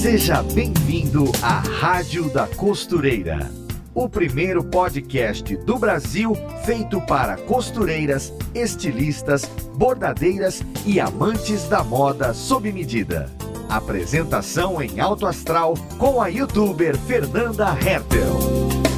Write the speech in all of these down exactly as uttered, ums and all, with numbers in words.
Seja bem-vindo à Rádio da Costureira, o primeiro podcast do Brasil feito para costureiras, estilistas, bordadeiras e amantes da moda sob medida. Apresentação em alto astral com a youtuber Fernanda Hertel.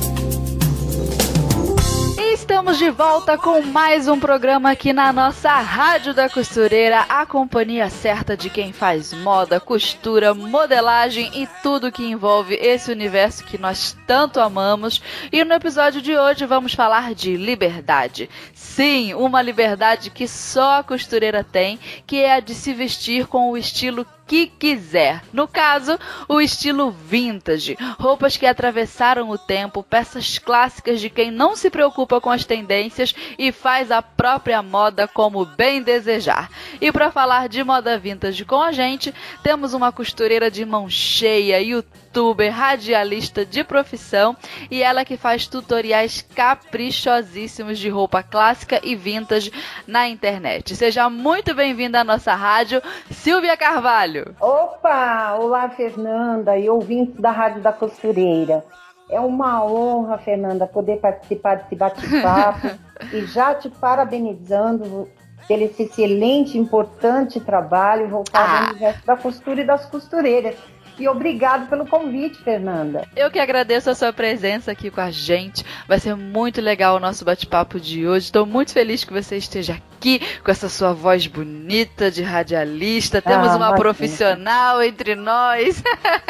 Estamos de volta com mais um programa aqui na nossa Rádio da Costureira, a companhia certa de quem faz moda, costura, modelagem e tudo que envolve esse universo que nós tanto amamos. E no episódio de hoje vamos falar de liberdade. Sim, uma liberdade que só a costureira tem, que é a de se vestir com o estilo que quiser. No caso, o estilo vintage. Roupas que atravessaram o tempo, peças clássicas de quem não se preocupa com as tendências e faz a própria moda como bem desejar. E para falar de moda vintage com a gente, temos uma costureira de mão cheia, youtuber, radialista de profissão e ela que faz tutoriais caprichosíssimos de roupa clássica e vintage na internet. Seja muito bem-vinda à nossa rádio, Silvia Carvalho. Opa! Olá, Fernanda e ouvintes da Rádio da Costureira. É uma honra, Fernanda, poder participar desse bate-papo e já te parabenizando pelo esse excelente, importante trabalho voltado ah. ao universo da costura e das costureiras. E obrigado pelo convite, Fernanda. Eu que agradeço a sua presença aqui com a gente. Vai ser muito legal o nosso bate-papo de hoje. Estou muito feliz que você esteja aqui com essa sua voz bonita de radialista. Temos ah, uma imagina. profissional entre nós.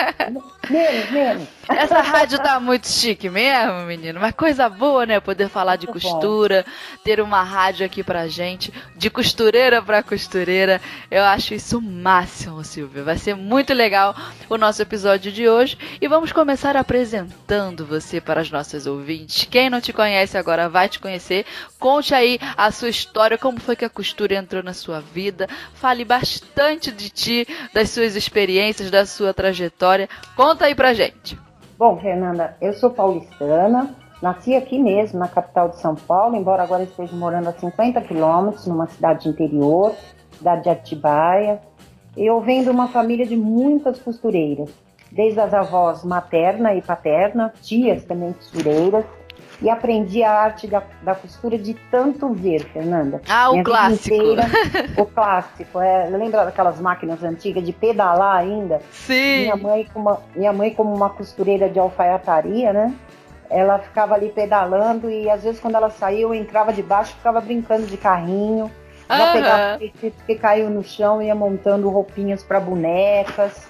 Menos, menos. Essa rádio tá muito chique mesmo, menino. Mas coisa boa, né? Poder falar de muito costura, bom. Ter uma rádio aqui pra gente, de costureira pra costureira. Eu acho isso o máximo, Silvia. Vai ser muito legal o nosso episódio de hoje e vamos começar apresentando você para as nossas ouvintes. Quem não te conhece agora vai te conhecer. Conte aí a sua história, como foi que a costura entrou na sua vida. Fale bastante de ti, das suas experiências, da sua trajetória. Conta aí pra gente. Bom, Fernanda, eu sou paulistana, nasci aqui mesmo, na capital de São Paulo, embora agora esteja morando a cinquenta quilômetros, numa cidade interior, cidade de Atibaia. Eu venho de uma família de muitas costureiras, desde as avós materna e paterna, tias também costureiras, e aprendi a arte da, da costura de tanto ver, Fernanda. Ah, o Minha clássico. Inteira, o clássico, é, lembra daquelas máquinas antigas de pedalar ainda? Sim. Minha mãe, como uma, minha mãe, como uma costureira de alfaiataria, né? Ela ficava ali pedalando e às vezes quando ela saía eu entrava debaixo e ficava brincando de carrinho. Já uhum. pegava o tecido que caiu no chão e ia montando roupinhas para bonecas.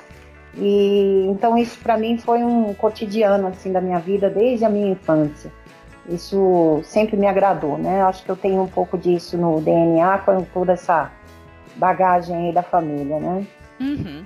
E então isso para mim foi um cotidiano assim da minha vida desde a minha infância. Isso sempre me agradou, né? Acho que eu tenho um pouco disso no D N A com toda essa bagagem aí da família, né? Uhum.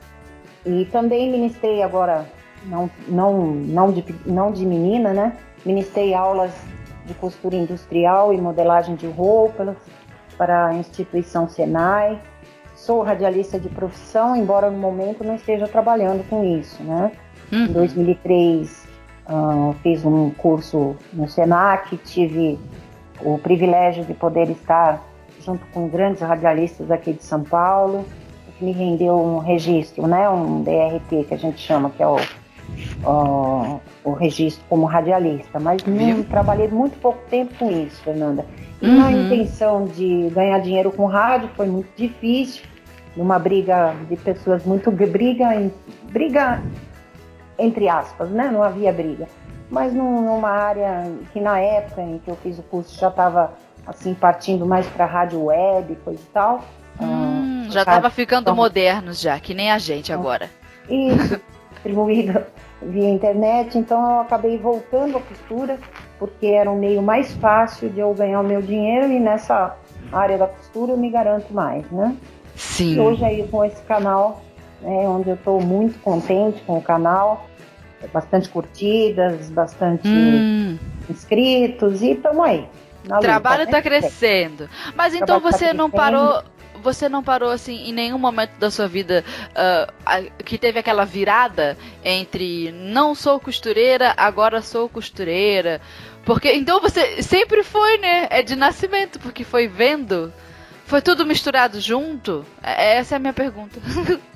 E também ministrei agora, não, não, não, de, não de menina, né? Ministrei aulas de costura industrial e modelagem de roupas para a instituição Senai. Sou radialista de profissão, embora no momento não esteja trabalhando com isso, né? Uhum. Em dois mil e três uh, fiz um curso no Senac, tive o privilégio de poder estar junto com grandes radialistas aqui de São Paulo, que me rendeu um registro, né? Um D R T que a gente chama, que é o, uh, o registro como radialista, mas não, trabalhei muito pouco tempo com isso, Fernanda. E uhum. na intenção de ganhar dinheiro com rádio foi muito difícil, numa briga de pessoas muito briga, em, briga entre aspas, né? Não havia briga, mas num, numa área que na época em que eu fiz o curso já estava assim partindo mais para rádio web, coisa e tal. Hum, uh, já estava ficando então, modernos já, que nem a gente agora. Isso, distribuído via internet, então eu acabei voltando à costura, porque era um meio mais fácil de eu ganhar o meu dinheiro e nessa área da costura eu me garanto mais, né? Sim. E hoje aí com esse canal, né, onde eu estou muito contente com o canal, bastante curtidas, bastante hum. inscritos e estamos aí. O trabalho está né? crescendo. Mas o então você tá não parou... Você não parou assim em nenhum momento da sua vida uh, que teve aquela virada entre não sou costureira, agora sou costureira? Porque então você sempre foi, né? É de nascimento, porque foi vendo. Foi tudo misturado junto? Essa é a minha pergunta.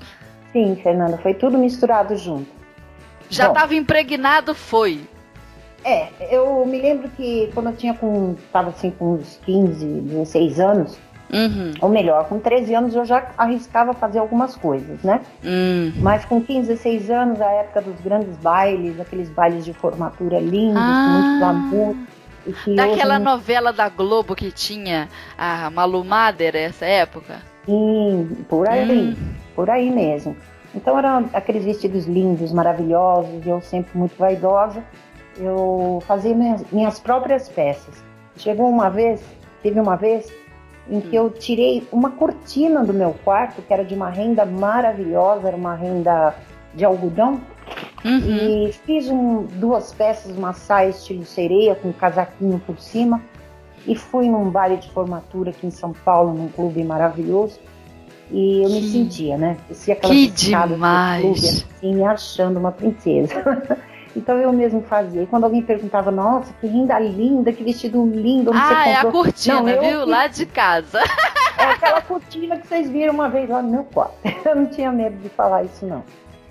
Sim, Fernanda, foi tudo misturado junto. Já estava impregnado, foi? É, eu me lembro que quando eu tinha com, tava assim com uns quinze, dezesseis anos, uhum. ou melhor, com treze anos eu já arriscava fazer algumas coisas, né? Uhum. Mas com quinze, dezesseis anos, a época dos grandes bailes, aqueles bailes de formatura lindos, ah, com muito glamour. E que daquela hoje... novela da Globo que tinha a Malu Mader, essa época? Sim, por aí, hum. por aí mesmo. Então eram aqueles vestidos lindos, maravilhosos, eu sempre muito vaidosa. Eu fazia minhas, minhas próprias peças. Chegou uma vez, teve uma vez, em que eu tirei uma cortina do meu quarto, que era de uma renda maravilhosa, era uma renda de algodão, uhum. e fiz um, duas peças, uma saia estilo sereia, com um casaquinho por cima, e fui num baile de formatura aqui em São Paulo, num clube maravilhoso, e eu que, me sentia, né? Descia aquela que escada demais! do clube, assim, me achando uma princesa. Então eu mesmo fazia. E quando alguém perguntava, nossa, que renda linda, que vestido lindo, onde ah, você comprou? É a cortina, não, viu? Lá de casa. É aquela cortina que vocês viram uma vez lá no meu quarto. Eu não tinha medo de falar isso, não.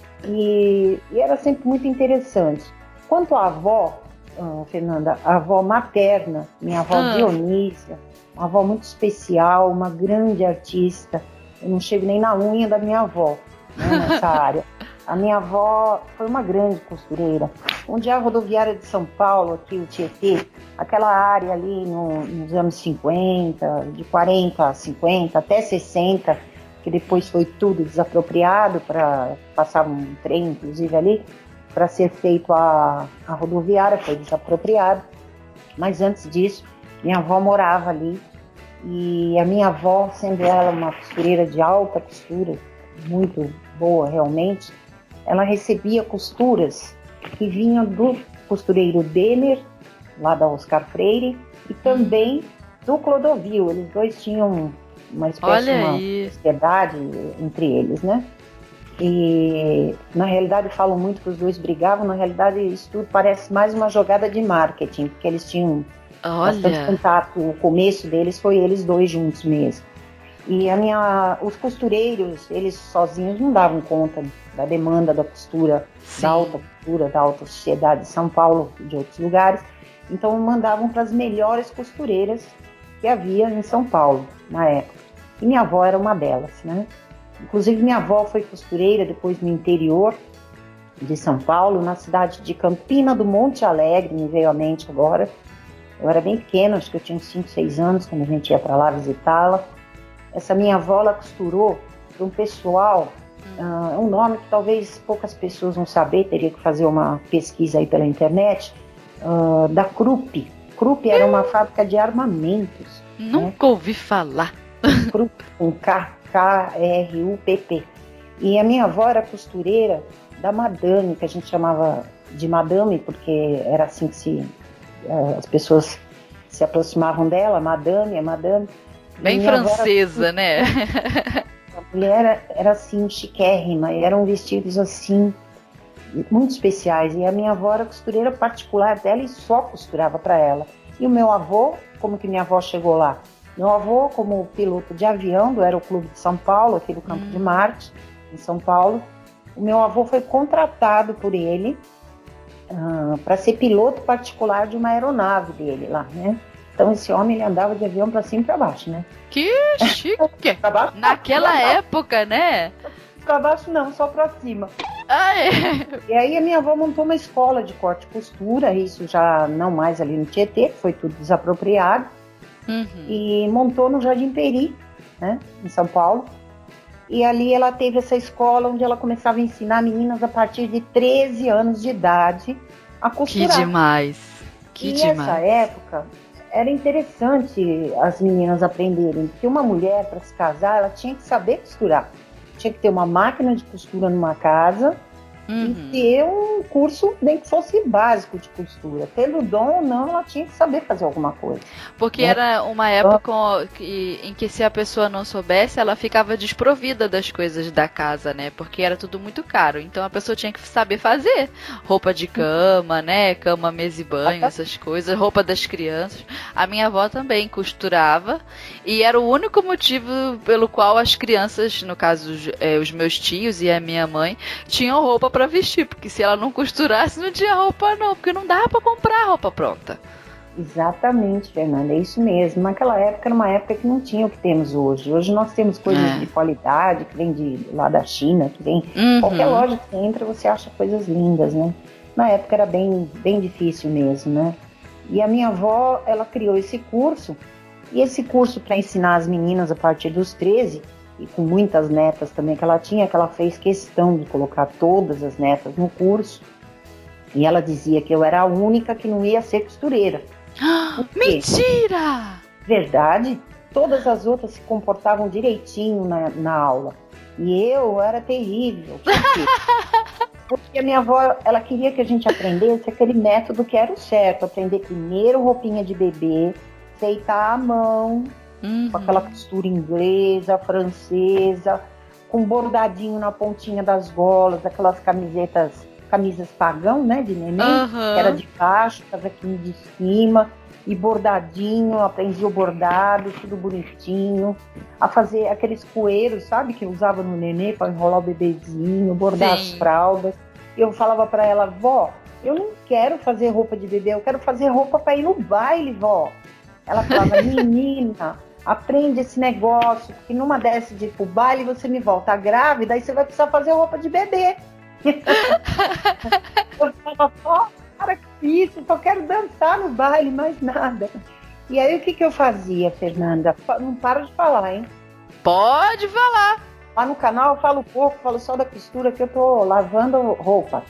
E, e era sempre muito interessante. Quanto à avó, uh, Fernanda, a avó materna, minha avó ah. Dionísia, uma avó muito especial, uma grande artista. Eu não chego nem na unha da minha avó, né, nessa área. A minha avó foi uma grande costureira. Onde a rodoviária de São Paulo, aqui o Tietê, aquela área ali no, nos anos cinquenta, de quarenta a cinquenta, até sessenta, que depois foi tudo desapropriado, para passar um trem, inclusive, ali, para ser feito a, a rodoviária, foi desapropriado. Mas antes disso, minha avó morava ali. E a minha avó, sendo ela uma costureira de alta costura, muito boa realmente, ela recebia costuras que vinham do costureiro Denner, lá da Oscar Freire, e também do Clodovil. Eles dois tinham uma espécie de sociedade entre eles, né? E na realidade falam muito que os dois brigavam, na realidade isso tudo parece mais uma jogada de marketing, porque eles tinham Olha. bastante contato, o começo deles foi eles dois juntos mesmo. E a minha, os costureiros, eles sozinhos não davam conta da demanda da costura, Sim. da alta costura, da alta sociedade de São Paulo e de outros lugares. Então mandavam para as melhores costureiras que havia em São Paulo na época. E minha avó era uma delas, né? Inclusive minha avó foi costureira depois no interior de São Paulo, na cidade de Campina do Monte Alegre, me veio à mente agora. Eu era bem pequena, acho que eu tinha uns cinco, seis anos quando a gente ia para lá visitá-la. Essa minha avó, ela costurou para um pessoal, é uh, um nome que talvez poucas pessoas vão saber, teria que fazer uma pesquisa aí pela internet, uh, da Krupp. Krupp era uma fábrica de armamentos. Nunca né? ouvi falar. Krupp, com K, K R U P P. E a minha avó era costureira da Madame, que a gente chamava de Madame, porque era assim que se, uh, as pessoas se aproximavam dela, Madame, é Madame. Bem francesa, era, né? A mulher era, era assim, chiquérrima, eram vestidos assim, muito especiais. E a minha avó era costureira particular dela e só costurava para ela. E o meu avô, como que minha avó chegou lá? Meu avô, como piloto de avião do Aeroclube de São Paulo, aqui do Campo hum. de Marte, em São Paulo, o meu avô foi contratado por ele uh, para ser piloto particular de uma aeronave dele lá, né? Então esse homem ele andava de avião para cima e para baixo, né? Que chique! baixo, Naquela pra época, né? Para baixo não, só para cima. Ah, é. E aí a minha avó montou uma escola de corte e costura, isso já não mais ali no Tietê, foi tudo desapropriado. Uhum. E montou no Jardim Peri, né, em São Paulo. E ali ela teve essa escola onde ela começava a ensinar meninas a partir de treze anos de idade a costurar. Que demais! Que e demais! Nessa época era interessante as meninas aprenderem que uma mulher, para se casar, ela tinha que saber costurar. Tinha que ter uma máquina de costura numa casa Uhum. E ter um curso nem que fosse básico de costura. Tendo dom ou não, ela tinha que saber fazer alguma coisa. Porque né? era uma época que, em que se a pessoa não soubesse, ela ficava desprovida das coisas da casa, né? Porque era tudo muito caro. Então a pessoa tinha que saber fazer. Roupa de cama, né? Cama, mesa e banho, essas coisas. Roupa das crianças. A minha avó também costurava. E era o único motivo pelo qual as crianças, no caso é, os meus tios e a minha mãe, tinham roupa pra vestir, porque se ela não costurasse não tinha roupa não, porque não dava pra comprar roupa pronta. Exatamente, Fernanda, é isso mesmo. Naquela época era uma época que não tinha o que temos hoje. Hoje nós temos coisas é. de qualidade, que vem de lá da China, que vem... Uhum. Qualquer loja que você entra, você acha coisas lindas, né? Na época era bem, bem difícil mesmo, né? E a minha avó, ela criou esse curso, e esse curso para ensinar as meninas a partir dos treze, e com muitas netas também que ela tinha, que ela fez questão de colocar todas as netas no curso. E ela dizia que eu era a única que não ia ser costureira. Mentira! Verdade. Todas as outras se comportavam direitinho na, na aula. E eu era terrível. Por quê? Porque a minha avó, ela queria que a gente aprendesse aquele método que era o certo. Aprender primeiro roupinha de bebê, feitar à mão, uhum. com aquela costura inglesa, francesa, com bordadinho na pontinha das golas, aquelas camisetas, camisas pagão, né, de neném, uhum. que era de baixo, casaquinho de cima, e bordadinho, aprendi o bordado, tudo bonitinho, a fazer aqueles coeiros, sabe, que eu usava no neném para enrolar o bebezinho, bordar Sim. as fraldas. E eu falava para ela, vó, eu não quero fazer roupa de bebê, eu quero fazer roupa para ir no baile, vó. Ela falava, menina, aprende esse negócio, porque numa dessas de ir pro baile você me volta grávida, aí você vai precisar fazer roupa de bebê. Eu falava, ó, para com isso, só quero dançar no baile, mais nada. E aí o que que eu fazia, Fernanda? Não para de falar, hein? Pode falar. Lá no canal eu falo pouco, falo só da costura, que eu tô lavando roupa.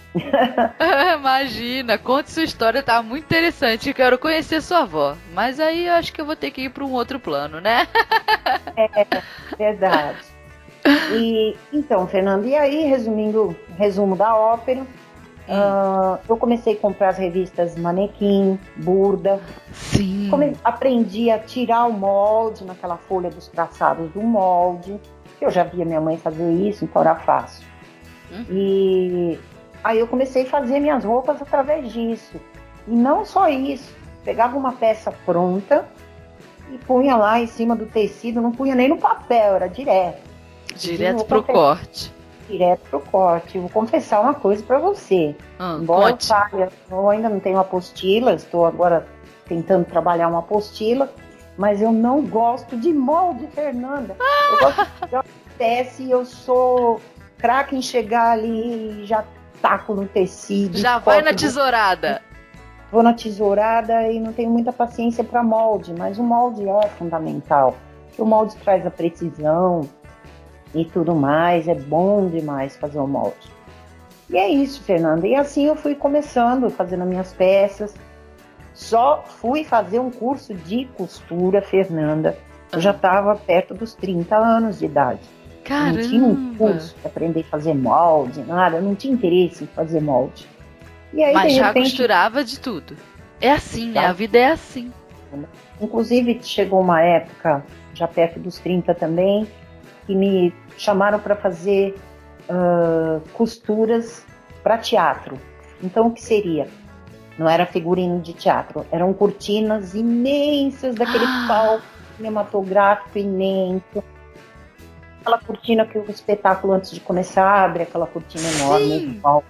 Imagina, conte sua história, tá muito interessante. Eu quero conhecer sua avó, mas aí eu acho que eu vou ter que ir para um outro plano, né? É, verdade. E, então, Fernanda, e aí, resumindo, resumo da ópera, hum. uh, eu comecei a comprar as revistas Manequim, Burda. Sim. Come, aprendi a tirar o molde naquela folha dos traçados do molde. Eu já via minha mãe fazer isso, então era fácil. Hum. E aí eu comecei a fazer minhas roupas através disso. E não só isso, pegava uma peça pronta e punha lá em cima do tecido, não punha nem no papel, era direto. Direto pro corte. Direto pro corte. Eu vou confessar uma coisa pra você. Hum, Embora eu, saia, eu ainda não tenho apostila, estou agora tentando trabalhar uma apostila, mas eu não gosto de molde, Fernanda. Ah! Eu gosto de pegar uma peça e eu sou craque em chegar ali e já taco no tecido. Já vai na tesourada. Vou na tesourada e não tenho muita paciência para molde, mas o molde é fundamental. O molde traz a precisão e tudo mais, é bom demais fazer o molde. E é isso, Fernanda. E assim eu fui começando, fazendo minhas peças. Só fui fazer um curso de costura, Fernanda. Eu já estava perto dos trinta anos de idade. Caramba! Não tinha um curso para aprender a fazer molde, nada. Eu não tinha interesse em fazer molde. E aí, Mas de já repente, costurava de tudo. É assim, né? A vida é assim. Inclusive, chegou uma época, já perto dos trinta também, que me chamaram para fazer uh, costuras para teatro. Então, o que seria? Não era figurino de teatro, eram cortinas imensas, daquele ah. palco cinematográfico imenso. Aquela cortina que o espetáculo, antes de começar, abre, aquela cortina enorme do palco.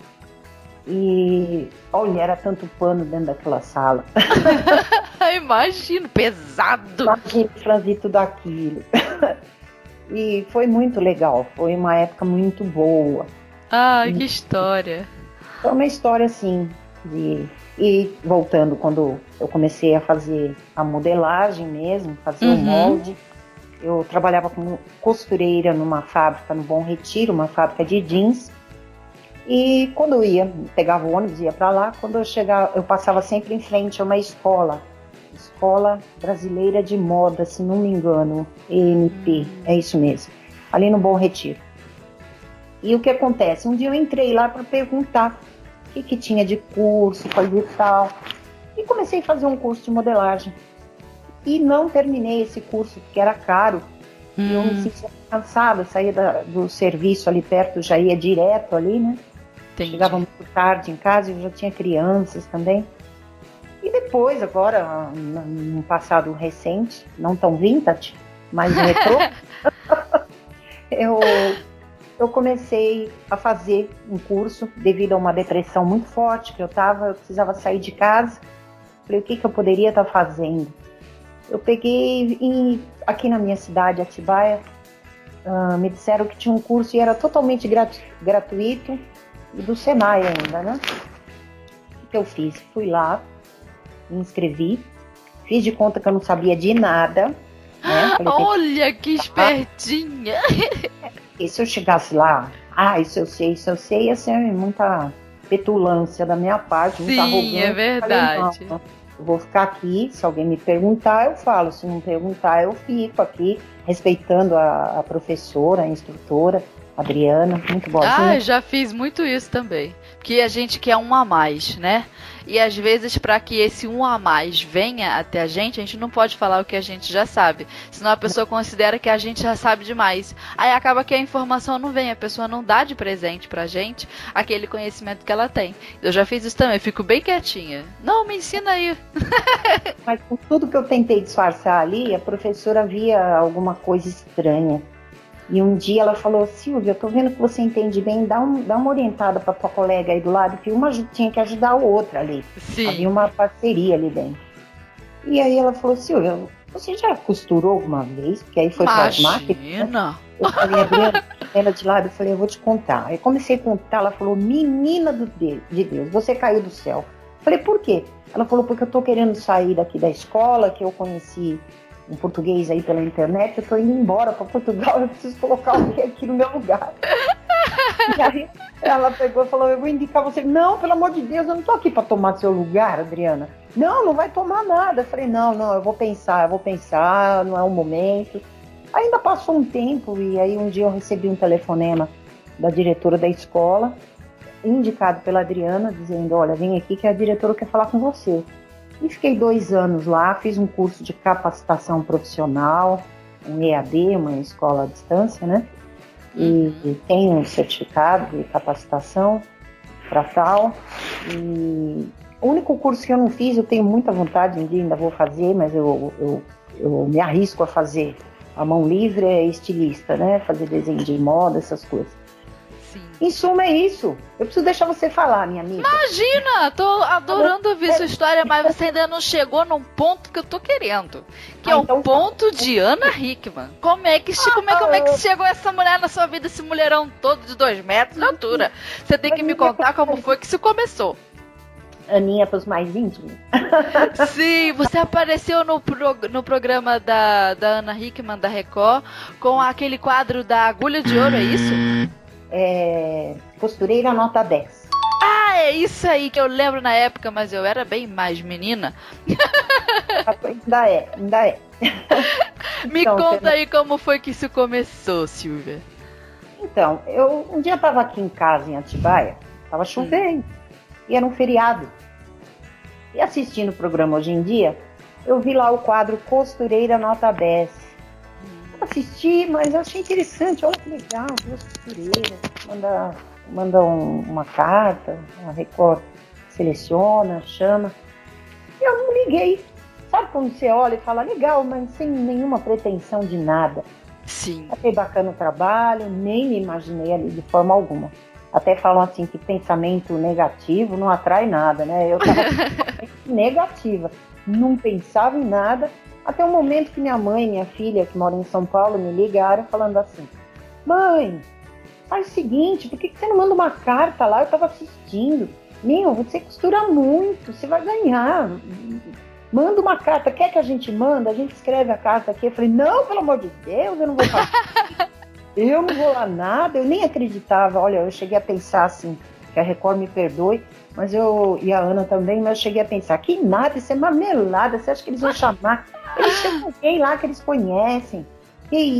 E, olha, era tanto pano dentro daquela sala. Imagino, pesado. Imagina fazer tudo aquilo. E foi muito legal, foi uma época muito boa. Ah, e... que história. Foi uma história assim, de... E voltando, quando eu comecei a fazer a modelagem mesmo, fazer o uhum. molde, eu trabalhava como costureira numa fábrica no Bom Retiro, uma fábrica de jeans. E quando eu ia, pegava o ônibus, ia para lá, quando eu chegava, eu passava sempre em frente a uma escola, Escola Brasileira de Moda, se não me engano, E N P, hum. é isso mesmo, ali no Bom Retiro. E o que acontece? Um dia eu entrei lá para perguntar o que, que tinha de curso, coisa e tal. E comecei a fazer um curso de modelagem. E não terminei esse curso, porque era caro. Hum. E eu me sentia cansada, saía da, do serviço ali perto, já ia direto ali, né? Entendi. Chegava muito tarde em casa, eu já tinha crianças também. E depois, agora, num passado recente, não tão vintage, mas retrô, eu, eu comecei a fazer um curso devido a uma depressão muito forte que eu estava, eu precisava sair de casa. Falei, o que, que eu poderia estar fazendo? Eu peguei, e aqui na minha cidade, Atibaia, uh, me disseram que tinha um curso e era totalmente gratu- gratuito, e do Senai ainda, né? O que eu fiz? Fui lá, me inscrevi, fiz de conta que eu não sabia de nada. Né? Falei, olha que espertinha! E se eu chegasse lá, ah, isso eu sei, isso eu sei, ia ser muita petulância da minha parte, muita arrogância. Sim, é verdade. Falei, eu vou ficar aqui, se alguém me perguntar, eu falo, se não perguntar, eu fico aqui, respeitando a, a professora, a instrutora, Adriana, muito boa. Ah, eu já fiz muito isso também. Porque a gente quer um a mais, né? E às vezes, para que esse um a mais venha até a gente, a gente não pode falar o que a gente já sabe. Senão a pessoa considera que a gente já sabe demais. Aí acaba que a informação não vem, a pessoa não dá de presente pra gente aquele conhecimento que ela tem. Eu já fiz isso também, fico bem quietinha. Não, me ensina aí. Mas com tudo que eu tentei disfarçar ali, a professora via alguma coisa estranha. E um dia ela falou, Silvia, eu tô vendo que você entende bem, dá, um, dá uma orientada pra tua colega aí do lado, que uma tinha que ajudar a outra ali. Sim. Havia uma parceria ali dentro. E aí ela falou, Silvia, você já costurou alguma vez? Porque aí foi para as máquinas. Né? Eu falei, Adriana, ela de lado, eu falei, eu vou te contar. Aí comecei a contar, ela falou, menina do de, de Deus, você caiu do céu. Eu falei, por quê? Ela falou, porque eu tô querendo sair daqui da escola, que eu conheci um português aí pela internet, eu tô indo embora para Portugal, eu preciso colocar alguém aqui no meu lugar. E aí ela pegou e falou, eu vou indicar você. Não, pelo amor de Deus, eu não tô aqui para tomar seu lugar, Adriana. Não, não vai tomar nada. Eu falei, não, não, eu vou pensar, eu vou pensar, não é o momento. Ainda passou um tempo e aí um dia eu recebi um telefonema da diretora da escola, indicado pela Adriana, dizendo, olha, vem aqui que a diretora quer falar com você. E fiquei dois anos lá, fiz um curso de capacitação profissional, um E A D, uma escola à distância, né? E, e tenho um certificado de capacitação para tal. E o único curso que eu não fiz, eu tenho muita vontade de ainda vou fazer, mas eu, eu, eu me arrisco a fazer. A mão livre é estilista, né? Fazer desenho de moda, essas coisas. Sim. Em suma, é isso. Eu preciso deixar você falar, minha amiga. Imagina! Tô adorando ouvir sua história, mas você ainda não chegou num ponto que eu tô querendo. Que ah, é o então... ponto de Ana Hickman. Como é, que, ah, como, é, como é que chegou essa mulher na sua vida, esse mulherão todo de dois metros de altura? Você tem que me contar como foi que isso começou. Aninha para os mais íntimos. Sim, você apareceu no, pro, no programa da, da Ana Hickman, da Record, com aquele quadro da Agulha de Ouro, é isso? É, costureira nota dez. Ah, é isso aí que eu lembro na época, mas eu era bem mais menina. Ainda é, ainda é. Me então, conta você... aí como foi que isso começou, Silvia. Então, eu um dia estava aqui em casa, em Atibaia, estava chovendo, hum. e era um feriado. E assistindo o programa Hoje em Dia, eu vi lá o quadro Costureira Nota dez. Assisti, mas eu achei interessante, olha que legal, duas costureiras, manda, manda um, uma carta, a Record seleciona, chama. E eu não liguei. Sabe quando você olha e fala, legal, mas sem nenhuma pretensão de nada. Sim. Achei bacana o trabalho, nem me imaginei ali de forma alguma. Até falam assim que pensamento negativo não atrai nada, né? Eu estava negativa, não pensava em nada. Até o momento que minha mãe e minha filha, que moram em São Paulo, me ligaram falando assim, mãe, faz o seguinte, por que você não manda uma carta lá? Eu estava assistindo. Meu, você costura muito, você vai ganhar. Manda uma carta, quer que a gente manda? A gente escreve a carta aqui. Eu falei, não, pelo amor de Deus, eu não vou fazer. Eu não vou lá nada, eu nem acreditava. Olha, eu cheguei a pensar assim, que a Record me perdoe, mas eu, e a Ana também, mas eu cheguei a pensar, que nada, isso é marmelada, você acha que eles vão chamar? Eles chamam alguém lá que eles conhecem, que isso?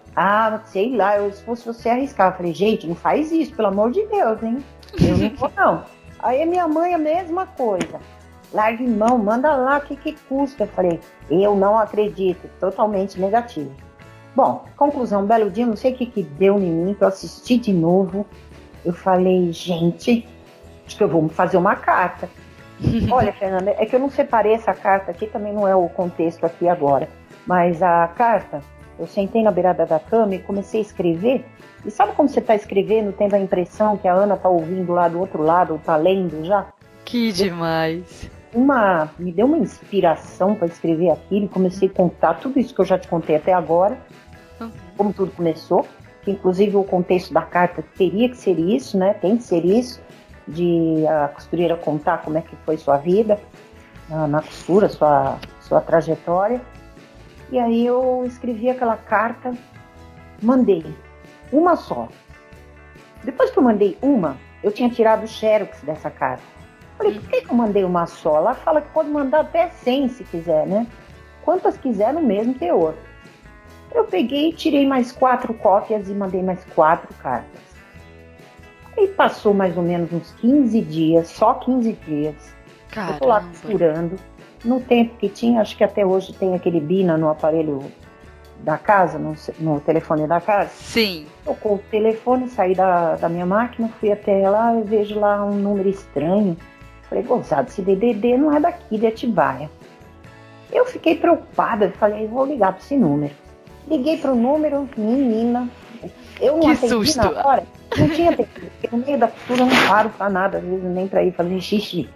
Ah, sei lá, eu, se fosse você arriscar. Eu falei, gente, não faz isso, pelo amor de Deus, hein? Eu não vou, não. Aí a minha mãe, a mesma coisa. Larga em mão, manda lá, o que que custa? Eu falei, eu não acredito, totalmente negativo. Bom, conclusão, um belo dia, não sei o que que deu em mim, que eu assisti de novo. Eu falei, gente, acho que eu vou fazer uma carta. Olha, Fernanda, é que eu não separei essa carta aqui, também não é o contexto aqui agora. Mas a carta, eu sentei na beirada da cama e comecei a escrever. E sabe como você está escrevendo, tendo a impressão que a Ana está ouvindo lá do outro lado, ou está lendo já? Que demais! Uma, me deu uma inspiração para escrever aquilo e comecei a contar tudo isso que eu já te contei até agora, uhum. Como tudo começou, que inclusive o contexto da carta teria que ser isso, né? Tem que ser isso, de a costureira contar como é que foi sua vida na, na costura, sua, sua trajetória. E aí eu escrevi aquela carta, mandei uma só. Depois que eu mandei uma, eu tinha tirado o xerox dessa carta. Falei, por que, que eu mandei uma só? Ela fala que pode mandar até cem se quiser, né? Quantas quiser no mesmo teor. Eu peguei, tirei mais quatro cópias e mandei mais quatro cartas. Aí passou mais ou menos uns quinze dias, só quinze dias. Caramba. Eu tô lá costurando. No tempo que tinha, acho que até hoje tem aquele Bina no aparelho da casa, no, no telefone da casa. Sim. Tocou o telefone, saí da, da minha máquina, fui até lá e vejo lá um número estranho. Falei, gozado, esse D D D não é daqui de Atibaia. Eu fiquei preocupada, falei, vou ligar para esse número. Liguei para o número, menina. Eu não que atendi susto. Na hora, não tinha tempo, porque no meio da costura eu não paro para nada, às vezes nem para ir fazer xixi.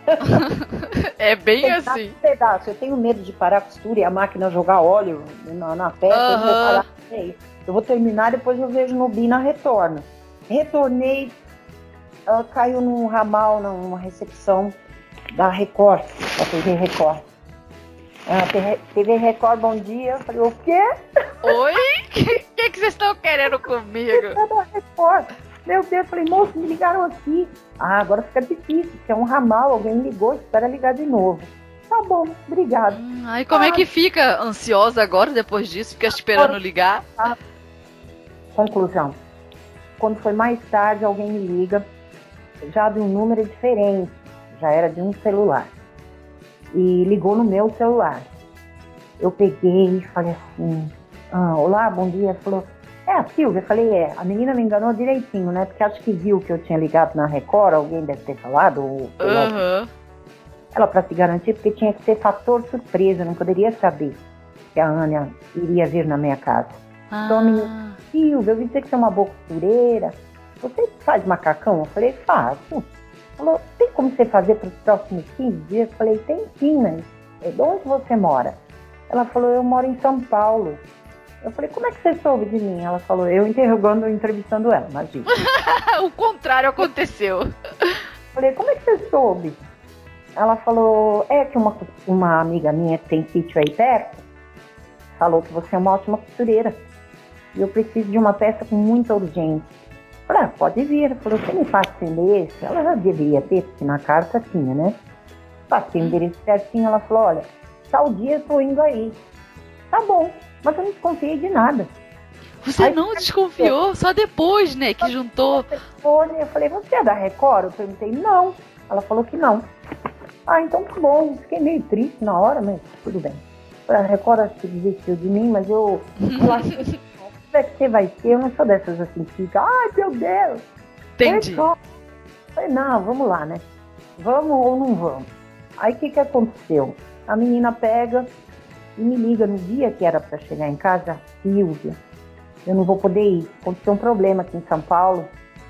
É bem assim. Um pedaço. Eu tenho medo de parar a costura e a máquina jogar óleo na, na peça. Uhum. Eu vou parar, eu vou terminar, depois eu vejo no Bina, retorno. Retornei, uh, caiu num ramal, numa recepção da Record, da T V Record. Uh, T V Record, bom dia. Eu falei, o quê? Oi? O que, que, que vocês estão querendo comigo? Da Record. Meu Deus, falei, moço, me ligaram aqui. Ah, agora fica difícil, porque é um ramal, alguém ligou, espera ligar de novo. Tá bom, obrigado. Hum, aí como ah, é que fica ansiosa agora, depois disso? Fica esperando ligar? Ah, conclusão. Quando foi mais tarde, alguém me liga, já de um número diferente, já era de um celular. E ligou no meu celular. Eu peguei e falei assim, ah, olá, bom dia. Falou, é a Silvia? Eu falei, é. A menina me enganou direitinho, né? Porque acho que viu que eu tinha ligado na Record, alguém deve ter falado. Ou, uhum. Ela, para se garantir, porque tinha que ser fator surpresa, não poderia saber que a Ana iria vir na minha casa. Ah. Então a menina, Silvia, eu vi dizer que você é uma boa costureira. Você faz macacão? Eu falei, faço. Falou, tem como você fazer para os próximos quinze dias? Eu falei, tem sim, mas de onde você mora? Ela falou, eu moro em São Paulo. Eu falei, como é que você soube de mim? Ela falou, eu interrogando, entrevistando ela, imagina. O contrário aconteceu. Eu falei, como é que você soube? Ela falou, é que uma, uma amiga minha que tem sítio aí perto, falou que você é uma ótima costureira. E eu preciso de uma peça com muita urgência. Eu falei, ah, pode vir. Ela falou, você me passa o endereço? Ela já deveria ter, porque na carta tinha, né? Passei o endereço certinho, ela falou, olha, tal dia eu tô indo aí. Tá bom. Mas eu não desconfiei de nada. Você aí, não desconfiou? Só depois, né, que juntou. Eu falei, você é da Record? Eu perguntei, não. Ela falou que não. Ah, então tá bom. Fiquei meio triste na hora, mas tudo bem. A Record acho que desistiu de mim, mas eu... eu acho que como é que você vai ser? Eu não sou dessas assim que fica, ai meu Deus. Entendi. Eu falei, não, vamos lá, né? Vamos ou não vamos? Aí o que que aconteceu? A menina pega... e me liga no dia que era para chegar em casa, Silvia, eu não vou poder ir, aconteceu um problema aqui em São Paulo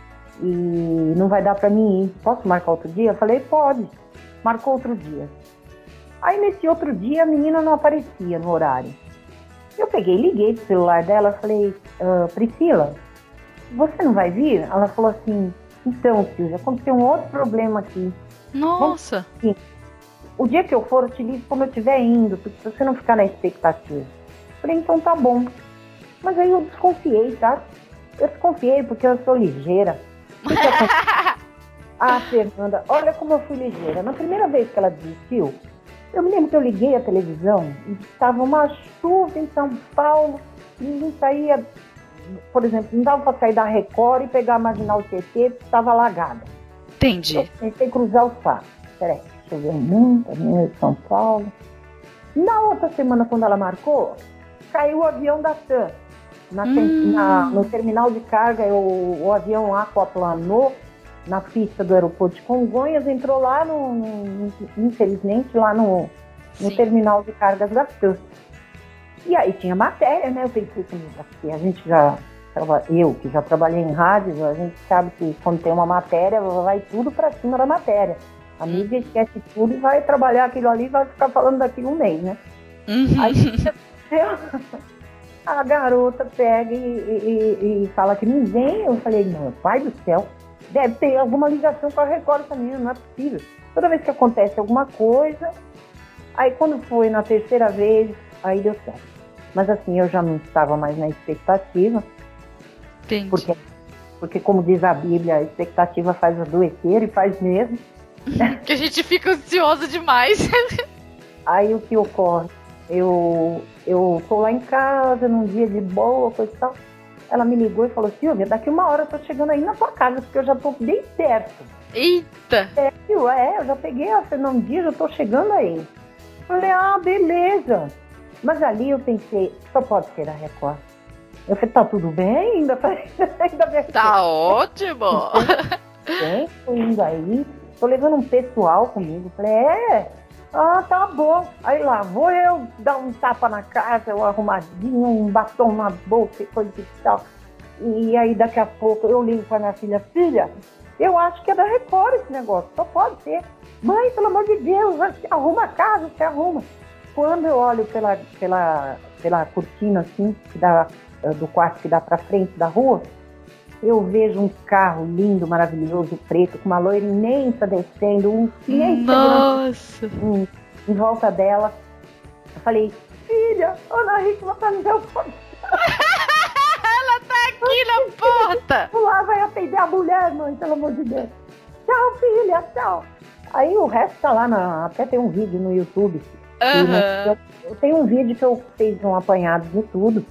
e não vai dar para mim ir, posso marcar outro dia? Eu falei, pode, marcou outro dia. Aí nesse outro dia a menina não aparecia no horário. Eu peguei, liguei pro celular dela, falei, ah, Priscila, você não vai vir? Ela falou assim, então Silvia, aconteceu um outro problema aqui. Nossa! Sim. O dia que eu for, eu te ligo como eu estiver indo, porque se você não ficar na expectativa. Falei, então tá bom. Mas aí eu desconfiei, tá? Eu desconfiei porque eu sou ligeira. Ah, Fernanda, olha como eu fui ligeira. Na primeira vez que ela desistiu, Eu me lembro que eu liguei a televisão e estava uma chuva em São Paulo, ninguém saía, por exemplo, não dava para sair da Record e pegar a Marginal Tietê, porque estava alagada. Entendi. Eu pensei em cruzar os fatos. Peraí, choveu muito, a minha de São Paulo. Na outra semana, quando ela marcou, caiu o avião da TAM. Na, hum. na, no terminal de carga, o, o avião aquaplanou na pista do aeroporto de Congonhas, entrou lá, no, no, infelizmente, lá no, no terminal de cargas da TAM. E aí tinha matéria, né? Eu pensei que a gente já, eu que já trabalhei em rádio, a gente sabe que quando tem uma matéria, vai tudo para cima da matéria. A mídia esquece tudo e vai trabalhar aquilo ali e vai ficar falando daquilo um mês, né? Uhum. Aí a garota pega e, e, e fala que não vem. Eu falei, meu pai do céu, deve ter alguma ligação com a Record essa menina, não é possível. Toda vez que acontece alguma coisa, aí quando foi na terceira vez, aí deu certo. Mas assim, eu já não estava mais na expectativa. Entendi. Porque, porque como diz a Bíblia, a expectativa faz adoecer e faz mesmo. Que a gente fica ansioso demais. Aí o que ocorre? Eu, eu tô lá em casa, num dia de boa, coisa e tal. Ela me ligou e falou, Silvia, daqui uma hora eu tô chegando aí na sua casa, porque eu já tô bem perto. Eita! Sério, é, eu já peguei a Fernão Dias, já tô chegando aí. Falei, ah, beleza. Mas ali eu pensei, só pode ser a Record. Eu falei, tá tudo bem? Ainda, ainda bem. Tá ótimo! Bem, tô indo aí, tô levando um pessoal comigo. Falei, é... Ah, tá bom. Aí lá, vou eu dar um tapa na casa, eu arrumadinho, um batom na bolsa e coisa e tal. E aí daqui a pouco eu ligo pra minha filha, filha, eu acho que é da Record esse negócio, só pode ser. Mãe, pelo amor de Deus, você arruma a casa, você arruma. Quando eu olho pela, pela, pela cortina assim, que dá, do quarto que dá pra frente da rua, eu vejo um carro lindo, maravilhoso, preto, com uma loira imensa descendo, um cliente Nossa! Em, em volta dela. Eu falei, filha, Ana Hickman tá no meu portão. Ela tá aqui na porta! Lá vai atender a mulher, mãe, pelo amor de Deus. Tchau, filha, tchau. Aí o resto tá lá, na, até tem um vídeo no YouTube. Uhum. Eu, eu tenho um vídeo que eu fiz um apanhado de tudo,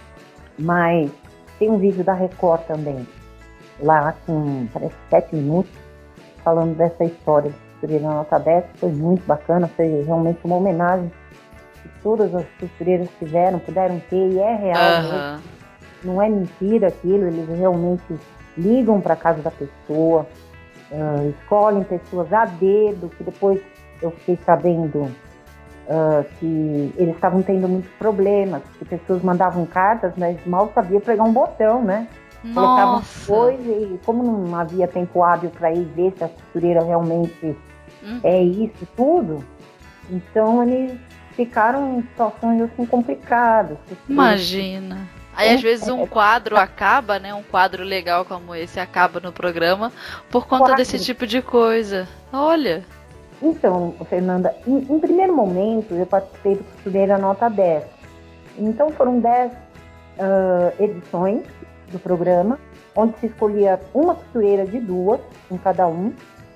mas tem um vídeo da Record também, lá com, parece, sete minutos, falando dessa história de costureira nota dez, foi muito bacana, foi realmente uma homenagem que todas as costureiras tiveram, puderam ter, e é real, Uhum. né? Não é mentira aquilo, eles realmente ligam para casa da pessoa, uh, escolhem pessoas a dedo, que depois eu fiquei sabendo Uh, que eles estavam tendo muitos problemas, que pessoas mandavam cartas, mas mal sabia pregar um botão, né? Nossa. Colocavam coisa e como não havia tempo hábil para ir ver se a costureira realmente hum. é isso tudo, então eles ficaram em situações assim complicadas. Imagina. Aí às vezes um quadro acaba, né? Um quadro legal como esse acaba no programa por conta quadro. desse tipo de coisa. Olha... Então, Fernanda, em, em primeiro momento eu participei do Costureira Nota dez. Então foram dez uh, edições do programa, onde se escolhia uma costureira de duas em cada um,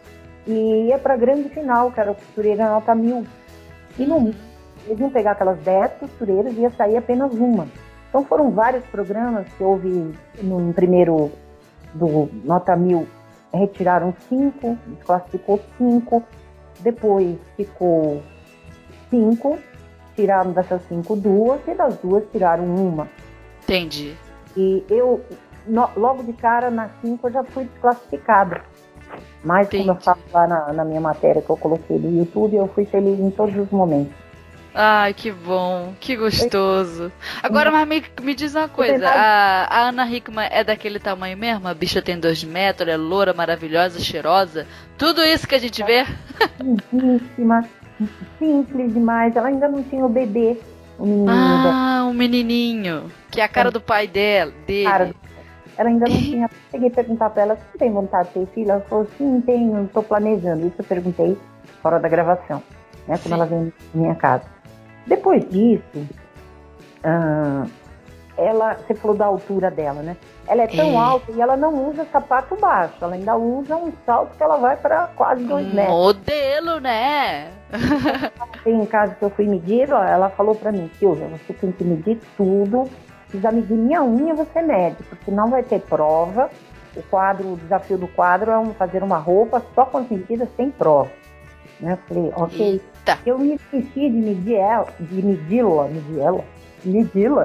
e ia para a grande final, que era a Costureira Nota mil. E no, eles iam pegar aquelas dez costureiras e ia sair apenas uma. Então foram vários programas que houve no primeiro do Nota mil, retiraram cinco, desclassificou cinco. Depois ficou cinco, tiraram dessas cinco duas, e das duas tiraram uma. Entendi. E eu, no, logo de cara, na cinco eu já fui desclassificada. Mas, Entendi. Como eu falo lá na, na minha matéria que eu coloquei no YouTube, eu fui feliz em todos os momentos. Ai, que bom, que gostoso. Agora, mas me, me diz uma coisa, a, a Ana Hickman é daquele tamanho mesmo? A bicha tem dois metros, é loura, maravilhosa, cheirosa? Tudo isso que a gente vê? Lindíssima, simples demais, ela ainda não tinha o bebê, o menininho Ah, dela. um menininho, que é a cara do pai dela, dele. Cara, ela ainda não tinha, peguei a perguntar pra ela, você tem vontade de ter filho? Ela falou, sim, tenho, estou planejando. Isso eu perguntei fora da gravação, né, quando ela veio na minha casa. Depois disso, ah, ela, você falou da altura dela, né? Ela é tão É. alta e ela não usa sapato baixo, ela ainda usa um salto que ela vai para quase dois metros. Modelo, né? Tem um caso que eu fui medir, ó, ela falou para mim, Silvia, você tem que medir tudo, precisa medir minha unha, você mede, porque não vai ter prova. O quadro, o desafio do quadro é um- fazer uma roupa só com as medidas sem prova. Né? Eu falei, ok. Eita. Eu me esqueci de medir ela, de medi-la, medir ela, medi-la,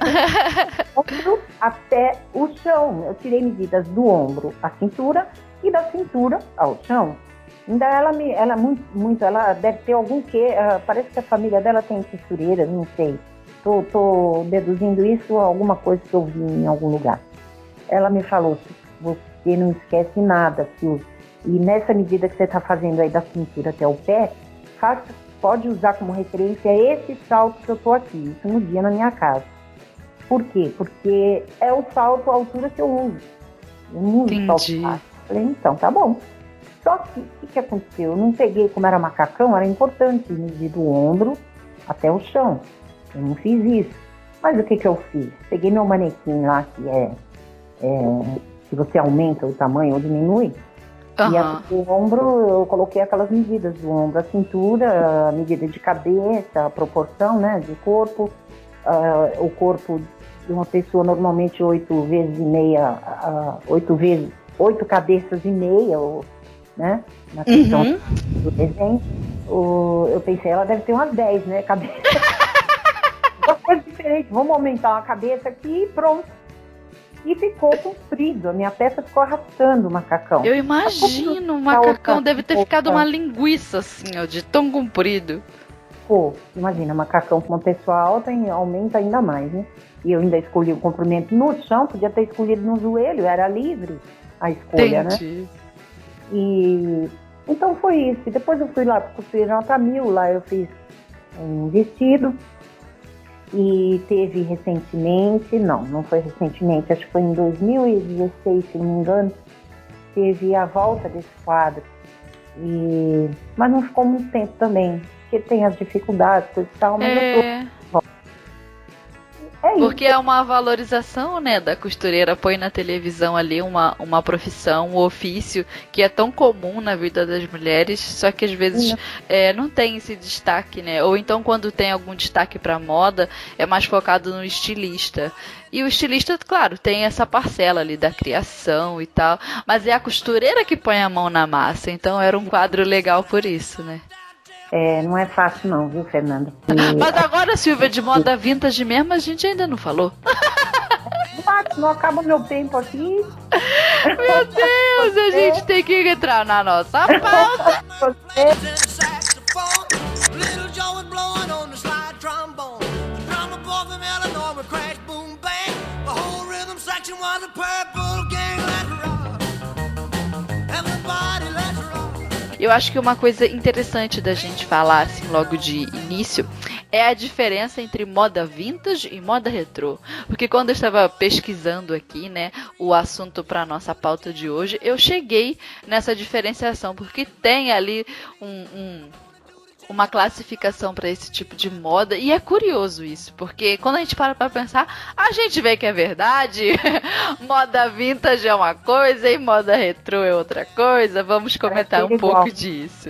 ombro até o chão. Eu tirei medidas do ombro à cintura e da cintura ao chão. Ainda ela me, ela muito, muito, ela deve ter algum quê, uh, parece que a família dela tem costureira, não sei. Tô, tô deduzindo isso a alguma coisa que eu vi em algum lugar. Ela me falou, você não esquece nada, Silvia. E nessa medida que você está fazendo aí da cintura até o pé, faça, pode usar como referência esse salto que eu estou aqui, isso no dia na minha casa. Por quê? Porque é o salto, a altura que eu uso. Eu não uso Entendi. salto baixo. Falei, então, tá bom. Só que, o que, que aconteceu? Eu não peguei, como era macacão, era importante medir do ombro até o chão. Eu não fiz isso. Mas o que, que eu fiz? Peguei meu manequim lá, que é, é que você aumenta o tamanho ou diminui. Uhum. E a, o ombro, eu coloquei aquelas medidas do ombro, a cintura, a medida de cabeça, a proporção, né, de corpo. Uh, o corpo de uma pessoa normalmente oito vezes e meia, uh, oito vezes, oito cabeças e meia, ou, né, na questão Uhum. do desenho. O, eu pensei, ela deve ter umas dez, né, cabeça. Uma coisa diferente, vamos aumentar uma cabeça aqui e pronto. E ficou comprido, a minha peça ficou arrastando o macacão. Eu imagino, o macacão deve ter ficado uma linguiça assim, ó, de tão comprido. Pô, imagina, macacão com uma pessoa alta aumenta ainda mais, né? E eu ainda escolhi o comprimento no chão, podia ter escolhido no joelho, era livre a escolha, Entendi. né? E então foi isso. E depois eu fui lá para o costureira Nota Mil, lá eu fiz um vestido. E teve recentemente, não, não foi recentemente, acho que foi em dois mil e dezesseis, se não me engano, teve a volta desse quadro. E, mas não ficou muito tempo também, porque tem as dificuldades, coisa e tal, mas É... eu tô... É isso. Porque é uma valorização, né, da costureira, põe na televisão ali uma, uma profissão, um ofício que é tão comum na vida das mulheres, só que às vezes Não. é, não tem esse destaque, né? Ou então quando tem algum destaque pra moda, é mais focado no estilista. E o estilista, claro, tem essa parcela ali da criação e tal, mas é a costureira que põe a mão na massa, então era um quadro legal por isso, né? É, não é fácil não, viu, Fernanda? E... Mas agora, Silvia, de moda vintage mesmo, a gente ainda não falou. Mas não acaba o meu tempo aqui. Meu Deus, a gente tem que entrar na nossa pauta. Você... Eu acho que uma coisa interessante da gente falar assim logo de início é a diferença entre moda vintage e moda retrô. Porque quando eu estava pesquisando aqui, né, o assunto para nossa pauta de hoje, eu cheguei nessa diferenciação, porque tem ali um, um, uma classificação para esse tipo de moda, e é curioso isso, porque quando a gente para para pensar, a gente vê que é verdade. Moda vintage é uma coisa e moda retrô é outra coisa. Vamos comentar um igual. pouco disso.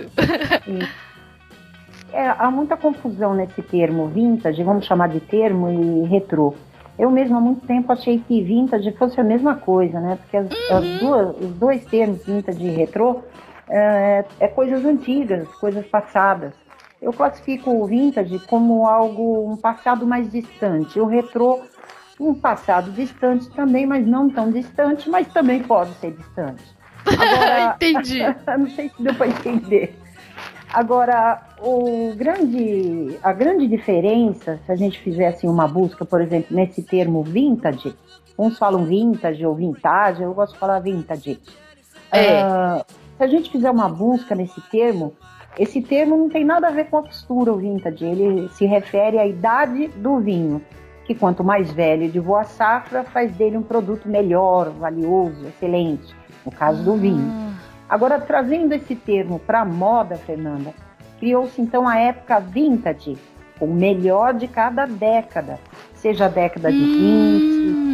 É, há muita confusão nesse termo vintage, vamos chamar de termo, e retrô. Eu mesmo há muito tempo achei que vintage fosse a mesma coisa, né? Porque as, Uhum. as duas, os dois termos, vintage e retrô, é, é coisas antigas, coisas passadas. Eu classifico o vintage como algo, um passado mais distante. O retrô, um passado distante também, mas não tão distante, mas também pode ser distante. Agora, Entendi. não sei se deu para entender. Agora, o grande, a grande diferença, se a gente fizesse uma busca, por exemplo, nesse termo vintage, uns falam vintage ou vintage, eu gosto de falar vintage. É. Uh, se a gente fizer uma busca nesse termo, esse termo não tem nada a ver com a costura, o vintage. Ele se refere à idade do vinho, que quanto mais velho de boa safra, faz dele um produto melhor, valioso, excelente, no caso do vinho. Agora, trazendo esse termo para a moda, Fernanda, criou-se então a época vintage, o melhor de cada década, seja a década de vinte,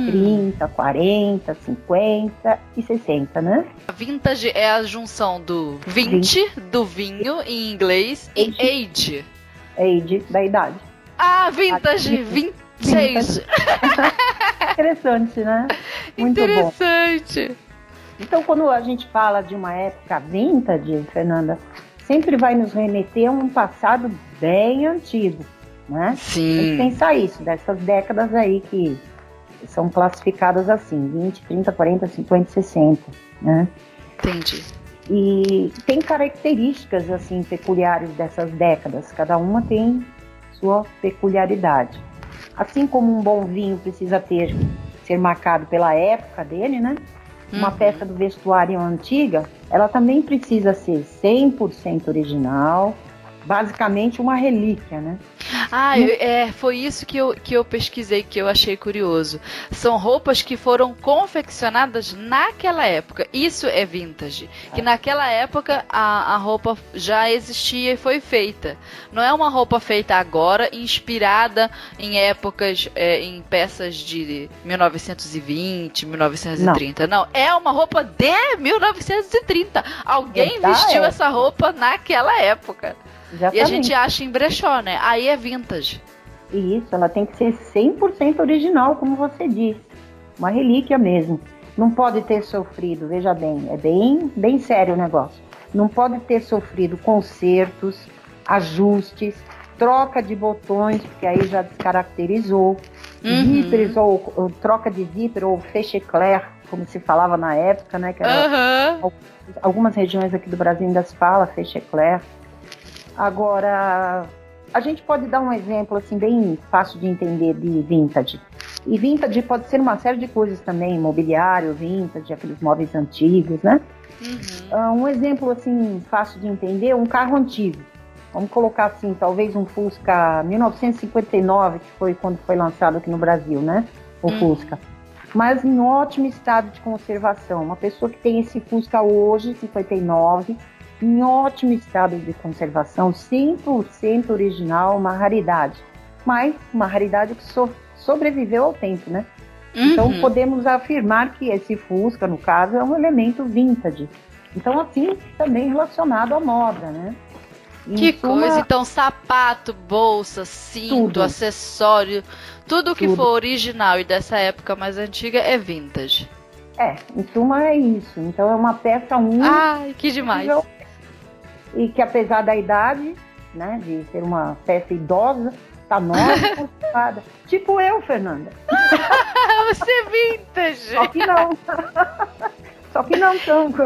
hum. trinta, quarenta, cinquenta e sessenta, né? A vintage é a junção do vinte, vinte. Do vinho em inglês, age. E age. Age, da idade. Ah, vintage, vinte e seis. Interessante, né? Muito Interessante. Bom. Então, quando a gente fala de uma época vintage, Fernanda, sempre vai nos remeter a um passado bem antigo, né? Sim. A gente pensar isso, dessas décadas aí que são classificadas assim, vinte, trinta, quarenta, cinquenta, sessenta, né? Entendi. E tem características, assim, peculiares dessas décadas, cada uma tem sua peculiaridade. Assim como um bom vinho precisa ter, ser marcado pela época dele, né? Uma uhum. peça do vestuário antiga, ela também precisa ser cem por cento original, basicamente uma relíquia, né? Ah, eu, é, foi isso que eu, que eu pesquisei, que eu achei curioso. São roupas que foram confeccionadas naquela época. Isso é vintage. É. Que naquela época a, a roupa já existia e foi feita. Não é uma roupa feita agora, inspirada em épocas, é, em peças de mil novecentos e vinte, mil novecentos e trinta. Não, Não é uma roupa de mil novecentos e trinta. Alguém é vestiu essa roupa naquela época. Exatamente. E a gente acha em brechó, né? Aí é vintage. Isso, ela tem que ser cem por cento original, como você disse. Uma relíquia mesmo. Não pode ter sofrido, veja bem, é bem, bem sério o negócio. Não pode ter sofrido consertos, ajustes, troca de botões, porque aí já descaracterizou. Uhum. Zíperes, ou, ou troca de zíper, ou fechecler, como se falava na época, né? Que era, uhum. Algumas regiões aqui do Brasil ainda se fala fechecler. Agora, a gente pode dar um exemplo assim bem fácil de entender de vintage. E vintage pode ser uma série de coisas também, mobiliário, vintage, aqueles móveis antigos, né? Uhum. Uh, um exemplo assim fácil de entender, um carro antigo. Vamos colocar assim, talvez um Fusca mil novecentos e cinquenta e nove, que foi quando foi lançado aqui no Brasil, né? O uhum. Fusca. Mas em ótimo estado de conservação. Uma pessoa que tem esse Fusca hoje, cinquenta e nove, em ótimo estado de conservação, cem por cento original, uma raridade. Mas uma raridade que so- sobreviveu ao tempo, né? Uhum. Então podemos afirmar que esse Fusca, no caso, é um elemento vintage. Então assim, também relacionado à moda, né? Em que suma, coisa, então sapato, bolsa, cinto, tudo. Acessório, tudo que tudo. For original e dessa época mais antiga é vintage. É, em suma é isso. Então é uma peça única. Ai, que demais! E que apesar da idade, né, de ser uma peça idosa, tá nova e conservada. Tipo eu, Fernanda. Você é vintage! Só que não. Só que não tanto.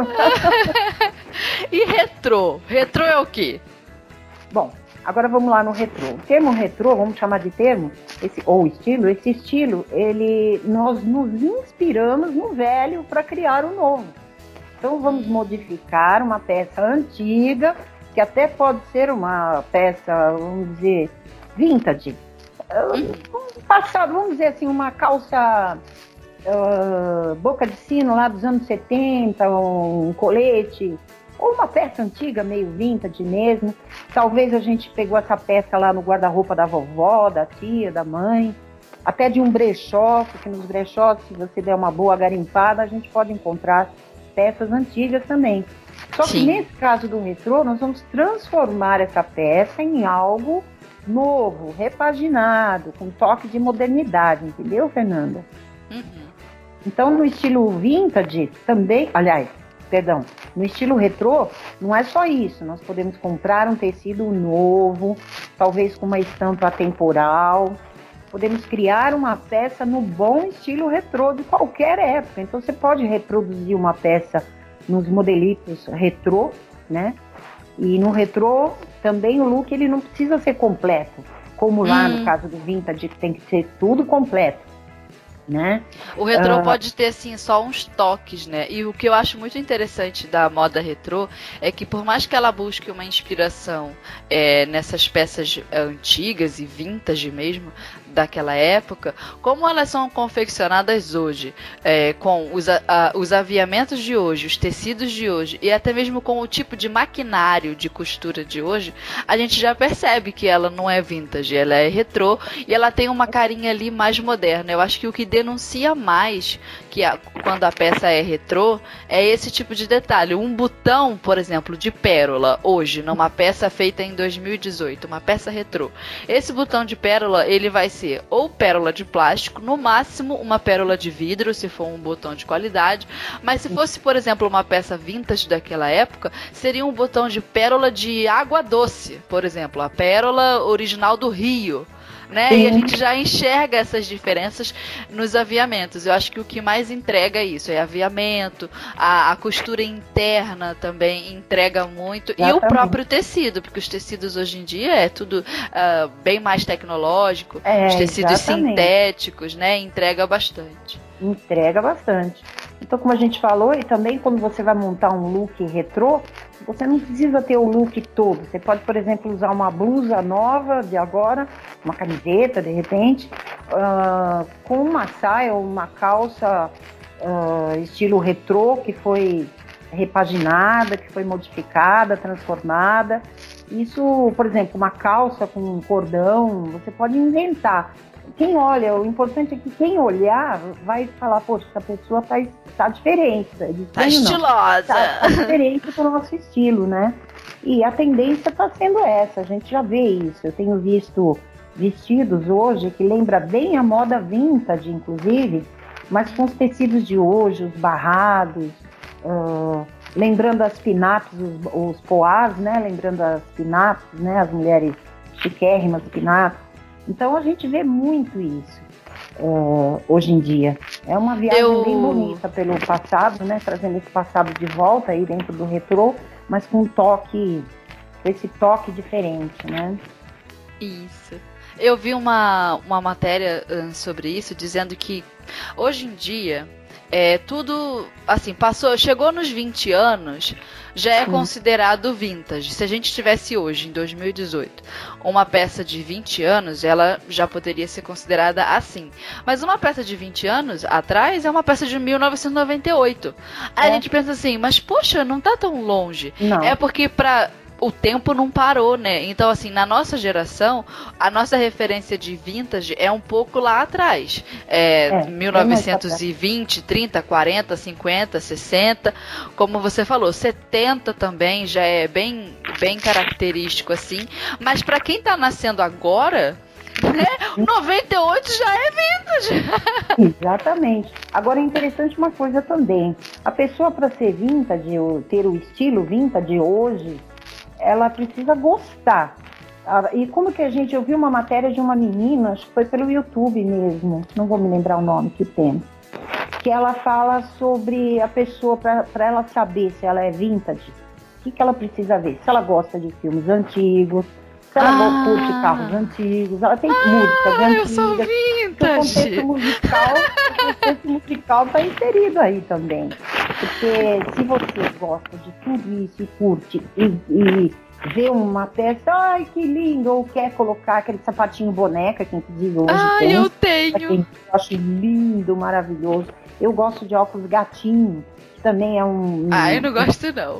E retrô? Retrô é o quê? Bom, agora vamos lá no retrô. O termo retrô, vamos chamar de termo, esse, ou estilo, esse estilo, ele, nós nos inspiramos no velho para criar o novo. Então vamos modificar uma peça antiga, que até pode ser uma peça, vamos dizer, vintage. Um passado, vamos dizer assim, uma calça uh, boca de sino lá dos anos setenta, um colete, ou uma peça antiga, meio vintage mesmo. Talvez a gente pegou essa peça lá no guarda-roupa da vovó, da tia, da mãe, até de um brechó, porque nos brechós, se você der uma boa garimpada, a gente pode encontrar peças antigas também. Só Sim. que nesse caso do retrô, nós vamos transformar essa peça em algo novo, repaginado, com toque de modernidade, entendeu, Fernanda? Uhum. Então, no estilo vintage, também, aliás, perdão, no estilo retrô, não é só isso, nós podemos comprar um tecido novo, talvez com uma estampa atemporal, podemos criar uma peça no bom estilo retrô de qualquer época. Então você pode reproduzir uma peça nos modelitos retrô, né? E no retrô também o look ele não precisa ser completo, como lá hum. no caso do vintage que tem que ser tudo completo, né? O retrô uh... pode ter assim só uns toques, né? E o que eu acho muito interessante da moda retrô é que por mais que ela busque uma inspiração é, nessas peças antigas e vintage mesmo daquela época, como elas são confeccionadas hoje, é, com os, a, os aviamentos de hoje, os tecidos de hoje, e até mesmo com o tipo de maquinário de costura de hoje, a gente já percebe que ela não é vintage, ela é retrô, e ela tem uma carinha ali mais moderna. Eu acho que o que denuncia mais que a, quando a peça é retrô, é esse tipo de detalhe. Um botão, por exemplo, de pérola, hoje, numa peça feita em dois mil e dezoito, uma peça retrô. Esse botão de pérola, ele vai ser ou pérola de plástico, no máximo uma pérola de vidro, se for um botão de qualidade, mas se fosse, por exemplo, uma peça vintage daquela época, seria um botão de pérola de água doce, por exemplo, a pérola original do Rio. Né? E a gente já enxerga essas diferenças nos aviamentos. Eu acho que o que mais entrega é isso, é aviamento, a, a costura interna também entrega muito, e o próprio tecido, porque os tecidos hoje em dia é tudo uh, bem mais tecnológico, é, os tecidos exatamente. sintéticos, né? Entrega bastante. Entrega bastante. Então, como a gente falou, e também quando você vai montar um look retrô, você não precisa ter o look todo. Você pode, por exemplo, usar uma blusa nova de agora, uma camiseta, de repente, uh, com uma saia ou uma calça uh, estilo retrô, que foi repaginada, que foi modificada, transformada. Isso, por exemplo, uma calça com um cordão, você pode inventar. Quem olha, o importante é que quem olhar vai falar, poxa, essa pessoa tá, tá diferente. Tá estilosa. Tá, tá diferente do nosso estilo, né? E a tendência tá sendo essa, a gente já vê isso. Eu tenho visto vestidos hoje que lembra bem a moda vintage, inclusive, mas com os tecidos de hoje, os barrados, uh, lembrando as pin-ups, os, os poás, né? Lembrando as pin-ups, né? As mulheres chiquérrimas pin-ups. Então a gente vê muito isso uh, hoje em dia. É uma viagem Eu... bem bonita pelo passado, né? Trazendo esse passado de volta aí dentro do retrô, mas com um toque, esse toque diferente, né? Isso. Eu vi uma, uma matéria uh, sobre isso, dizendo que hoje em dia é tudo, assim, passou, chegou nos vinte anos, já é Sim. considerado vintage. Se a gente tivesse hoje, em dois mil e dezoito, uma peça de vinte anos, ela já poderia ser considerada assim. Mas uma peça de vinte anos atrás é uma peça de mil novecentos e noventa e oito. Aí é. a gente pensa assim, mas poxa, não tá tão longe. Não. É porque pra... o tempo não parou, né? Então, assim, na nossa geração, a nossa referência de vintage é um pouco lá atrás. É, é mil novecentos e vinte, trinta, quarenta, cinquenta, sessenta. Como você falou, setenta também já é bem, bem característico, assim. Mas para quem tá nascendo agora, né? noventa e oito já é vintage. Exatamente. Agora é interessante uma coisa também. A pessoa, para ser vintage, ou ter o estilo vintage hoje, ela precisa gostar. E como que a gente... Eu vi uma matéria de uma menina, acho que foi pelo YouTube mesmo, não vou me lembrar o nome que tem, que ela fala sobre a pessoa, para ela saber se ela é vintage, o que, que ela precisa ver? Se ela gosta de filmes antigos, se ela ah. curte carros antigos, ela tem ah, músicas antigas. Eu sou vintage! O contexto musical, o contexto musical está inserido aí também. Porque se você gosta de tudo isso e curte e, e vê uma peça, ai que lindo, ou quer colocar aquele sapatinho boneca, que inclusive hoje ah, tem. eu tenho! Eu acho lindo, maravilhoso. Eu gosto de óculos gatinho, que também é um... Ah, eu não gosto não.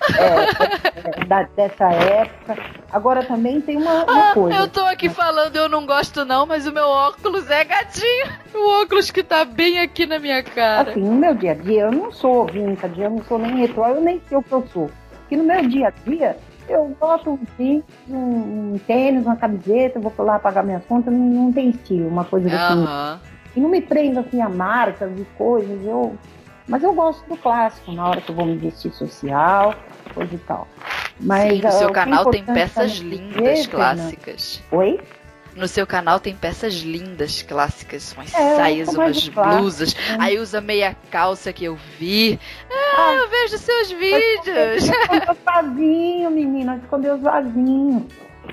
É, é, da, dessa época. Agora também tem uma, uma ah, coisa. Eu tô aqui falando, eu não gosto não, mas o meu óculos é gatinho. O óculos que tá bem aqui na minha cara. Assim, no meu dia a dia, eu não sou vintage, eu não sou nem retrô, eu nem sei o que eu sou. Porque no meu dia a dia, eu gosto um jeans, um, um tênis, uma camiseta, vou lá pagar minhas contas, não, não tem estilo, uma coisa assim. Uhum. E não me prendo assim a marcas e coisas, eu... Mas eu gosto do clássico, na hora que eu vou me vestir social, coisa e tal. Mas, sim, no seu canal tem peças lindas, clássicas. Né? Oi? No seu canal tem peças lindas, clássicas, umas é, saias, umas blusas. É. Aí usa meia calça que eu vi. Ah, ah eu vejo seus vídeos. Escondeu os vasinhos, menina, escondeu os vasinhos.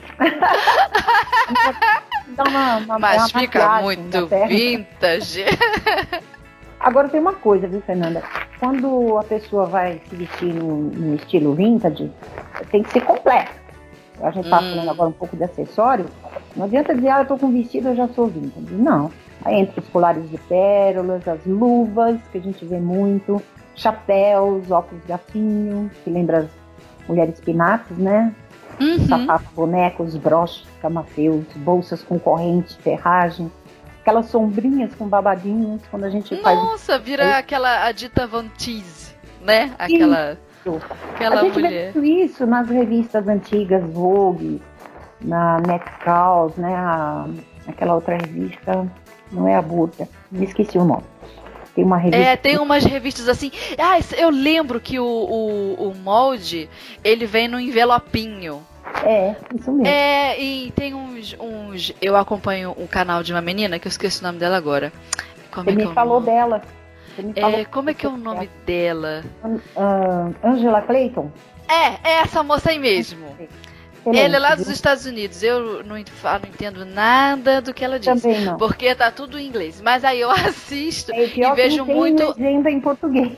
Dá uma, uma, Mas uma fica muito vintage. Agora tem uma coisa, viu, Fernanda? Quando a pessoa vai se vestir no, no estilo vintage, tem que ser completo. a gente está hum. falando agora um pouco de acessório, não adianta dizer, ah, eu estou com vestido, eu já sou vintage. Não. Aí entra os colares de pérolas, as luvas, que a gente vê muito, chapéus, óculos gatinho, que lembra as mulheres pinatas, né? Uhum. Sapatos, bonecos, broches, camafeus, bolsas com corrente, ferragem, aquelas sombrinhas com babadinhos, quando a gente faz... Nossa, vira é. aquela a dita Vantise, né? Aquela, aquela a gente mulher. vê isso nas revistas antigas, Vogue, na Metcalf, né? A, aquela outra revista, não é a Burda, me esqueci o nome. Tem uma revista... É, tem umas revistas assim. Ah, eu lembro que o, o, o molde, ele vem no envelopinho. É, isso mesmo. É, e tem uns, uns... Eu acompanho um canal de uma menina, que eu esqueci o nome dela agora. Como Você é me que falou nome? dela. Você me falou é, como é que é o nome é. dela? Uh, Angela Clayton? É, é essa moça aí mesmo. Ela é lá dos Estados Unidos. Eu não, não entendo nada do que ela diz. Também não. Porque tá tudo em inglês. Mas aí eu assisto é, e vejo tem muito... legenda em português.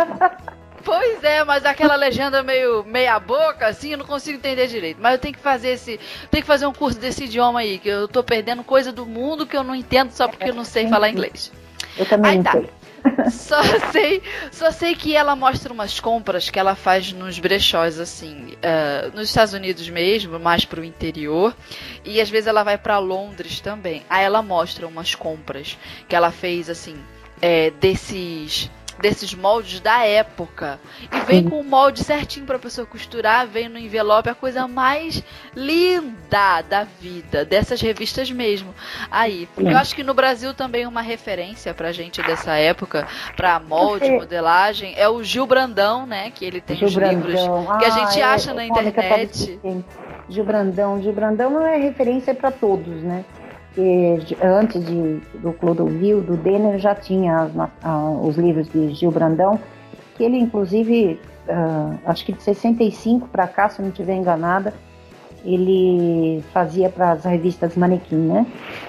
Pois é, mas aquela legenda meio meia boca, assim, eu não consigo entender direito. Mas eu tenho que fazer esse... Tenho que fazer um curso desse idioma aí, que eu tô perdendo coisa do mundo que eu não entendo só porque eu não sei falar inglês. Eu também aí não tá. sei. Só sei, só sei que ela mostra umas compras que ela faz nos brechós, assim, uh, nos Estados Unidos mesmo, mais pro interior, e às vezes ela vai pra Londres também. Aí ela mostra umas compras que ela fez, assim, é, desses... desses moldes da época. E vem com o molde certinho pra pessoa costurar, vem no envelope, a coisa mais linda da vida, dessas revistas mesmo. Aí, eu acho que no Brasil também uma referência pra gente dessa época, pra molde, modelagem, é o Gil Brandão, né? Que ele tem Gil os Brandão. livros que a gente ah, acha é, na é internet. Gil Brandão. Gil Brandão é referência pra todos, né? Que antes de, do Clodovil, do Denner, já tinha as, uh, os livros de Gil Brandão, que ele, inclusive, uh, acho que de sessenta e cinco para cá, se não estiver enganada, ele fazia para as revistas Manequim, né?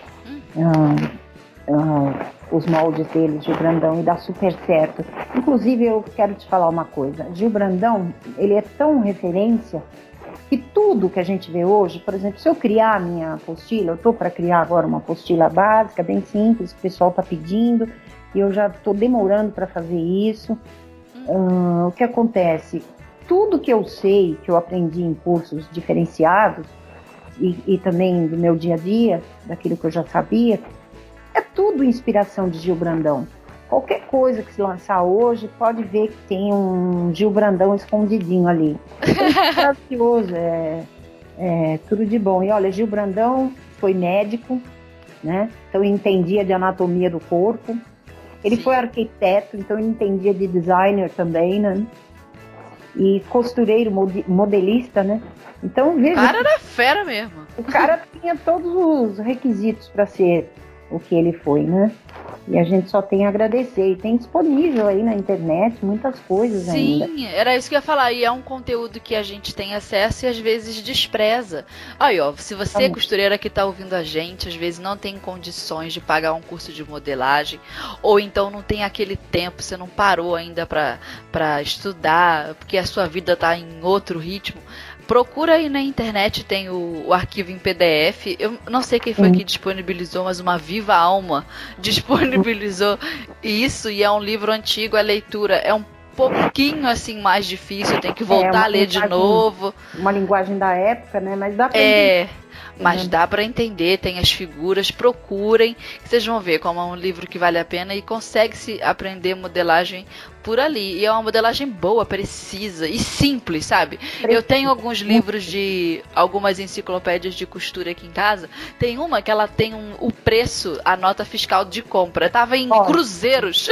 Uh, uh, os moldes dele, Gil Brandão, e dá super certo. Inclusive, eu quero te falar uma coisa. Gil Brandão, ele é tão referência que tudo que a gente vê hoje, por exemplo, se eu criar a minha apostila, eu estou para criar agora uma apostila básica, bem simples, o pessoal está pedindo, e eu já estou demorando para fazer isso. Uh, o que acontece? Tudo que eu sei, que eu aprendi em cursos diferenciados, e, e também do meu dia a dia, daquilo que eu já sabia, é tudo inspiração de Gil Brandão. Qualquer coisa que se lançar hoje, pode ver que tem um Gil Brandão escondidinho ali. É maravilhoso, é, é tudo de bom. E olha, Gil Brandão foi médico, né? Então ele entendia de anatomia do corpo. Ele Sim. foi arquiteto, então ele entendia de designer também, né? E costureiro, modelista, né? Então veja. O cara era fera mesmo. O cara tinha todos os requisitos para ser o que ele foi, né? E a gente só tem a agradecer. E tem disponível aí na internet muitas coisas Sim, ainda. Sim, era isso que eu ia falar. E é um conteúdo que a gente tem acesso e às vezes despreza. Aí, ó, se você, é costureira que tá ouvindo a gente, às vezes não tem condições de pagar um curso de modelagem, ou então não tem aquele tempo, você não parou ainda pra, pra estudar, porque a sua vida tá em outro ritmo, procura aí na internet, tem o, o arquivo em P D F. Eu não sei quem foi Sim. que disponibilizou, mas uma Viva Alma disponibilizou isso, e é um livro antigo, a leitura é um pouquinho assim mais difícil, tem que voltar é, a ler de novo. Uma linguagem da época, né? Mas dá pra É, entender. mas Uhum. dá pra entender, tem as figuras, procurem, que vocês vão ver como é um livro que vale a pena e consegue-se aprender modelagem por ali. E é uma modelagem boa, precisa e simples, sabe? Precisa. Eu tenho alguns livros de algumas enciclopédias de costura aqui em casa. Tem uma que ela tem um, o preço, a nota fiscal de compra. Tava em oh. cruzeiros.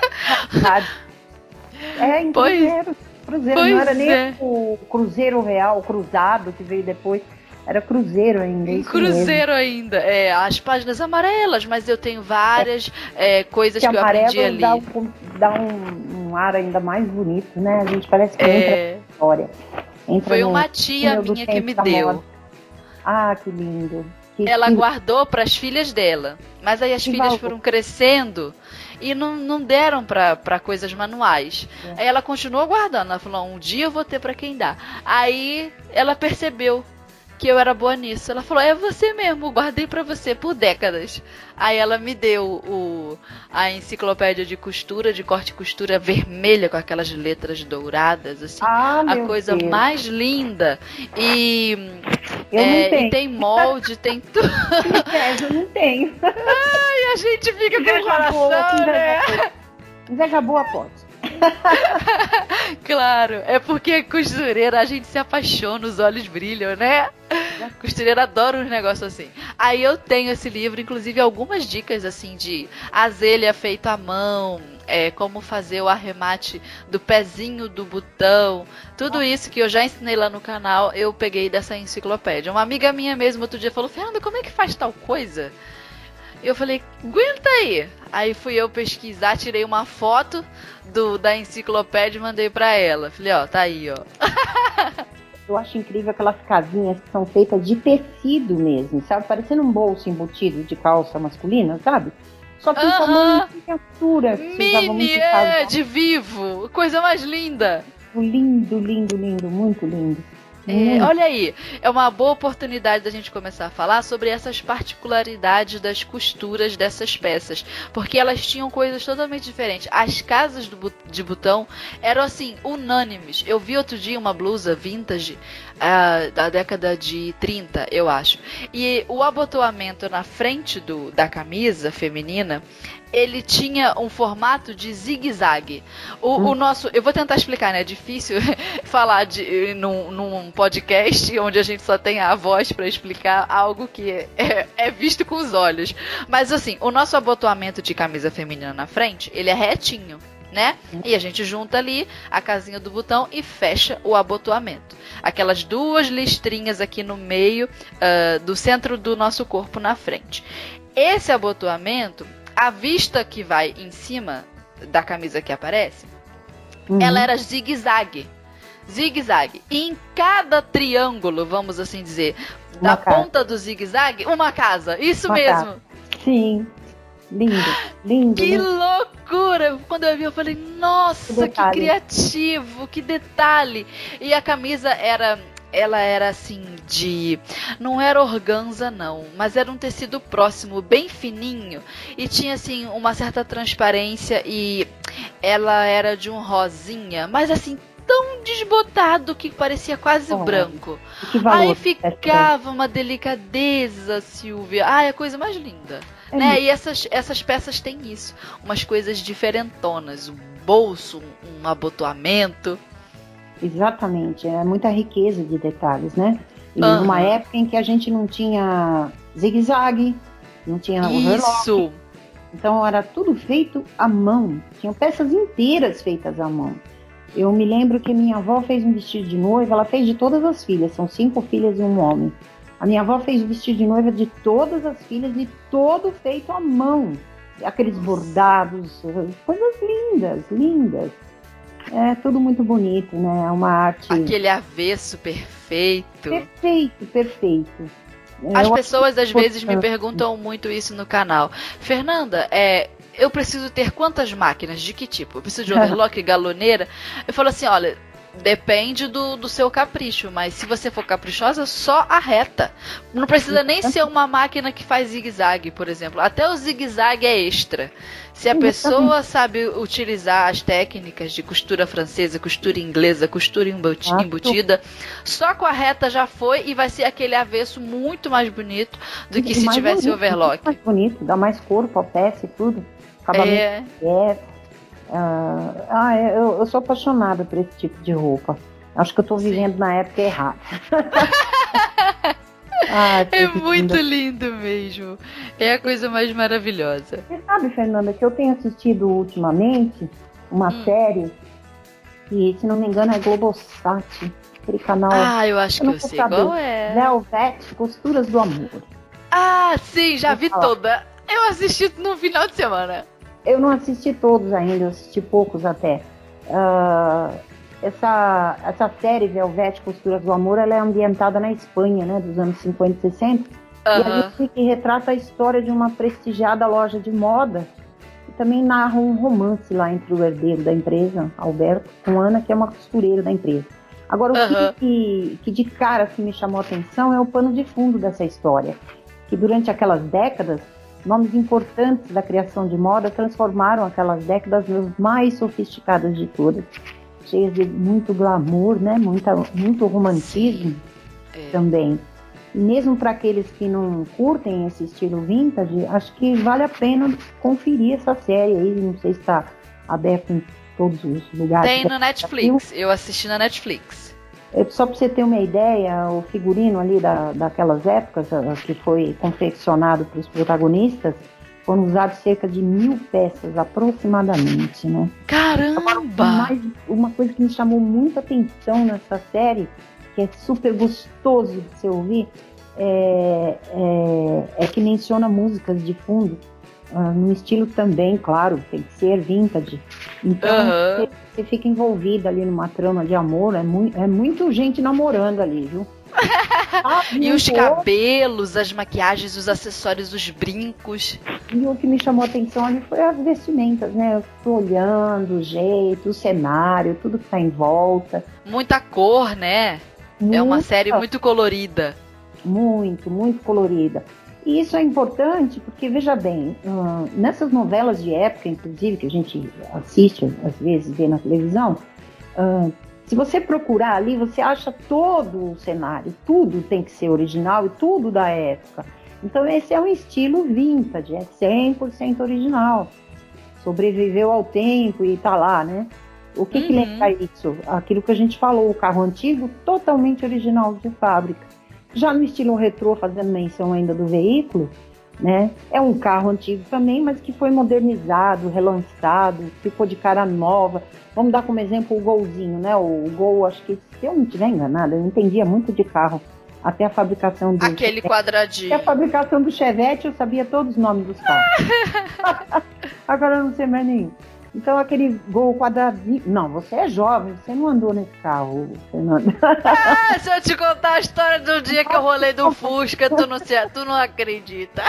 É, em pois, cruzeiro. Cruzeiro pois não era nem é. o cruzeiro real, o cruzado que veio depois. Era cruzeiro ainda. Em cruzeiro mesmo. ainda. É, as páginas amarelas, mas eu tenho várias é. É, coisas que, que eu aprendi ali. Dá, um, dá um, um ar ainda mais bonito, né? A gente parece que é. entra na história. Entra Foi no, uma tia minha que me deu. Moda. Ah, que lindo. Que Ela lindo. guardou para as filhas dela. Mas aí as que filhas valor. foram crescendo e não, não deram para coisas manuais. É. Aí ela continuou guardando. Ela falou, um dia eu vou ter para quem dá. Aí ela percebeu que eu era boa nisso. Ela falou, é você mesmo, guardei pra você por décadas. Aí ela me deu o, a enciclopédia de costura, de corte e costura vermelha, com aquelas letras douradas, assim. Ah, a meu coisa Deus. mais linda. E, Eu é, não tenho. e tem molde, tem tudo. Eu não tenho. E a gente fica com o Inveja coração, boa, né? inveja boa. Inveja boa pode. Claro, é porque costureira a gente se apaixona, os olhos brilham, né? Costureira adora uns negócios assim. Aí eu tenho esse livro, inclusive algumas dicas assim de azelha feita à mão, é, como fazer o arremate do pezinho do botão, tudo isso que eu já ensinei lá no canal, eu peguei dessa enciclopédia. Uma amiga minha mesmo outro dia falou, Fernanda, como é que faz tal coisa? Eu falei, aguenta aí. Aí fui eu pesquisar, tirei uma foto do, da enciclopédia e mandei pra ela. Falei, ó, tá aí, ó. Eu acho incrível aquelas casinhas que são feitas de tecido mesmo, sabe? Parecendo um bolso embutido de calça masculina, sabe? Só que em Aham. tamanho de miniatura. que se usava muito Mini, em é, casa. de vivo. Coisa mais linda. Lindo, lindo, lindo, muito lindo. É, Muito. olha aí, é uma boa oportunidade da gente começar a falar sobre essas particularidades das costuras dessas peças, porque elas tinham coisas totalmente diferentes. As casas do bu- de botão eram assim, unânimes. Eu vi outro dia uma blusa vintage ah, da década de trinta, eu acho, e o abotoamento na frente do, da camisa feminina, ele tinha um formato de zigue-zague. O, Hum. o nosso, eu vou tentar explicar, né? É difícil falar de, num, num podcast onde a gente só tem a voz para explicar algo que é, é, é visto com os olhos. Mas assim, o nosso abotoamento de camisa feminina na frente, ele é retinho, né? E a gente junta ali a casinha do botão e fecha o abotoamento. Aquelas duas listrinhas aqui no meio uh, do centro do nosso corpo na frente. Esse abotoamento, a vista que vai em cima da camisa que aparece, Uhum. ela era zigue-zague. Zigue-zague. E em cada triângulo, vamos assim dizer, Uma da casa. ponta do zigue-zague, uma casa. Isso Uma mesmo. casa. Sim. Lindo, lindo. Que lindo. loucura! Quando eu vi, eu falei, nossa, Que que, detalhe. criativo, que detalhe! E a camisa era, ela era assim de, não era organza não, mas era um tecido próximo, bem fininho, e tinha assim uma certa transparência e ela era de um rosinha, mas assim tão desbotado que parecia quase Oh, branco. Que valor. Aí ficava uma delicadeza, Silvia. Ai, a coisa mais linda. É Né? lindo. E essas, essas peças têm isso. Umas coisas diferentonas. Um bolso, um, um abotoamento. Exatamente, é muita riqueza de detalhes, né? E Aham. numa época em que a gente não tinha zigue-zague, não tinha overlock, Isso. então era tudo feito à mão, tinham peças inteiras feitas à mão. Eu me lembro que minha avó fez um vestido de noiva, ela fez de todas as filhas, são cinco filhas e um homem. A minha avó fez o vestido de noiva de todas as filhas e todo feito à mão. Aqueles bordados, coisas lindas, lindas. É tudo muito bonito, né? É uma arte Aquele avesso perfeito. perfeito, perfeito. As Eu pessoas às vezes me importante. perguntam muito isso no canal. Fernanda, é, eu preciso ter quantas máquinas? De que tipo? Eu preciso de overlock, galoneira? Eu falo assim, olha, depende do, do seu capricho, mas se você for caprichosa, só a reta. Não precisa nem ser uma máquina que faz zigue-zague, por exemplo. Até o zigue-zague é extra. Se a pessoa sabe utilizar as técnicas de costura francesa, costura inglesa, costura embuti- Ah, embutida, só com a reta já foi e vai ser aquele avesso muito mais bonito do que E se mais tivesse bonito, overlock. muito mais bonito, dá mais corpo à peça e tudo. Acabamento É, é. Ah, ah, eu, eu sou apaixonada por esse tipo de roupa. Acho que eu tô Sim. vivendo na época errada. Ah, é que muito linda. lindo mesmo. É a coisa mais maravilhosa. Você sabe, Fernanda, que eu tenho assistido ultimamente uma Hum. série que, se não me engano, é Globosat, aquele canal Ah, eu acho eu que não eu vou sei saber. qual é. Velvet, Costuras do Amor. Ah, sim, já vi Vou falar. toda. Eu assisti no final de semana. Eu não assisti todos ainda, eu assisti poucos até. Ah, essa, essa série Velvet, Costuras do Amor, ela é ambientada na Espanha, né, dos anos cinquenta e sessenta. E a Aham. gente que retrata a história de uma prestigiada loja de moda e também narra um romance lá entre o herdeiro da empresa, Alberto, com Ana, que é uma costureira da empresa. Agora, o Aham. que, que de cara assim, me chamou a atenção é o pano de fundo dessa história, que durante aquelas décadas, nomes importantes da criação de moda transformaram aquelas décadas nas mais sofisticadas de todas, cheias de muito glamour, né? Muita, muito romantismo É. também. E mesmo para aqueles que não curtem esse estilo vintage, acho que vale a pena conferir essa série aí. Não sei se está aberto em todos os lugares. Tem no Netflix, eu assisti na Netflix. É, só para você ter uma ideia, o figurino ali da, daquelas épocas, que foi confeccionado para os protagonistas, foram usados cerca de mil peças aproximadamente, né? Caramba! Mas uma coisa que me chamou muita atenção nessa série, que é super gostoso de se ouvir, é, é, é que menciona músicas de fundo, uh, no estilo também, claro, tem que ser vintage. Então, Uhum. você, você fica envolvida ali numa trama de amor, é, mu é muito gente namorando ali, viu? Ah, E os o cabelos, as maquiagens, os acessórios, os brincos. E o que me chamou a atenção ali foi as vestimentas, né? Eu tô olhando o jeito, o cenário, tudo que tá em volta. Muita cor, né? É uma Muita, série muito colorida. Muito, muito colorida. E isso é importante porque, veja bem, uh, nessas novelas de época, inclusive, que a gente assiste, às vezes, vê na televisão, uh, se você procurar ali, você acha todo o cenário, tudo tem que ser original e tudo da época. Então esse é um estilo vintage, é cem por cento original. Sobreviveu ao tempo e tá lá, né? O que, Uhum. que lembra isso? Aquilo que a gente falou, o carro antigo, totalmente original de fábrica. Já no estilo retrô, fazendo menção ainda do veículo, né? É um carro antigo também, mas que foi modernizado, relançado, ficou de cara nova. Vamos dar como exemplo o Golzinho, né? O Gol, acho que, se eu não estiver enganada, eu entendia muito de carro. Até a fabricação do Aquele Chevette. quadradinho. Até a fabricação do Chevette, eu sabia todos os nomes dos carros. Agora eu não sei mais nenhum. Então aquele Gol quadradinho... Não, você é jovem, você não andou nesse carro, Fernanda. Ah, se eu te contar a história do dia que eu rolei do Fusca, tu não, se, tu não acredita.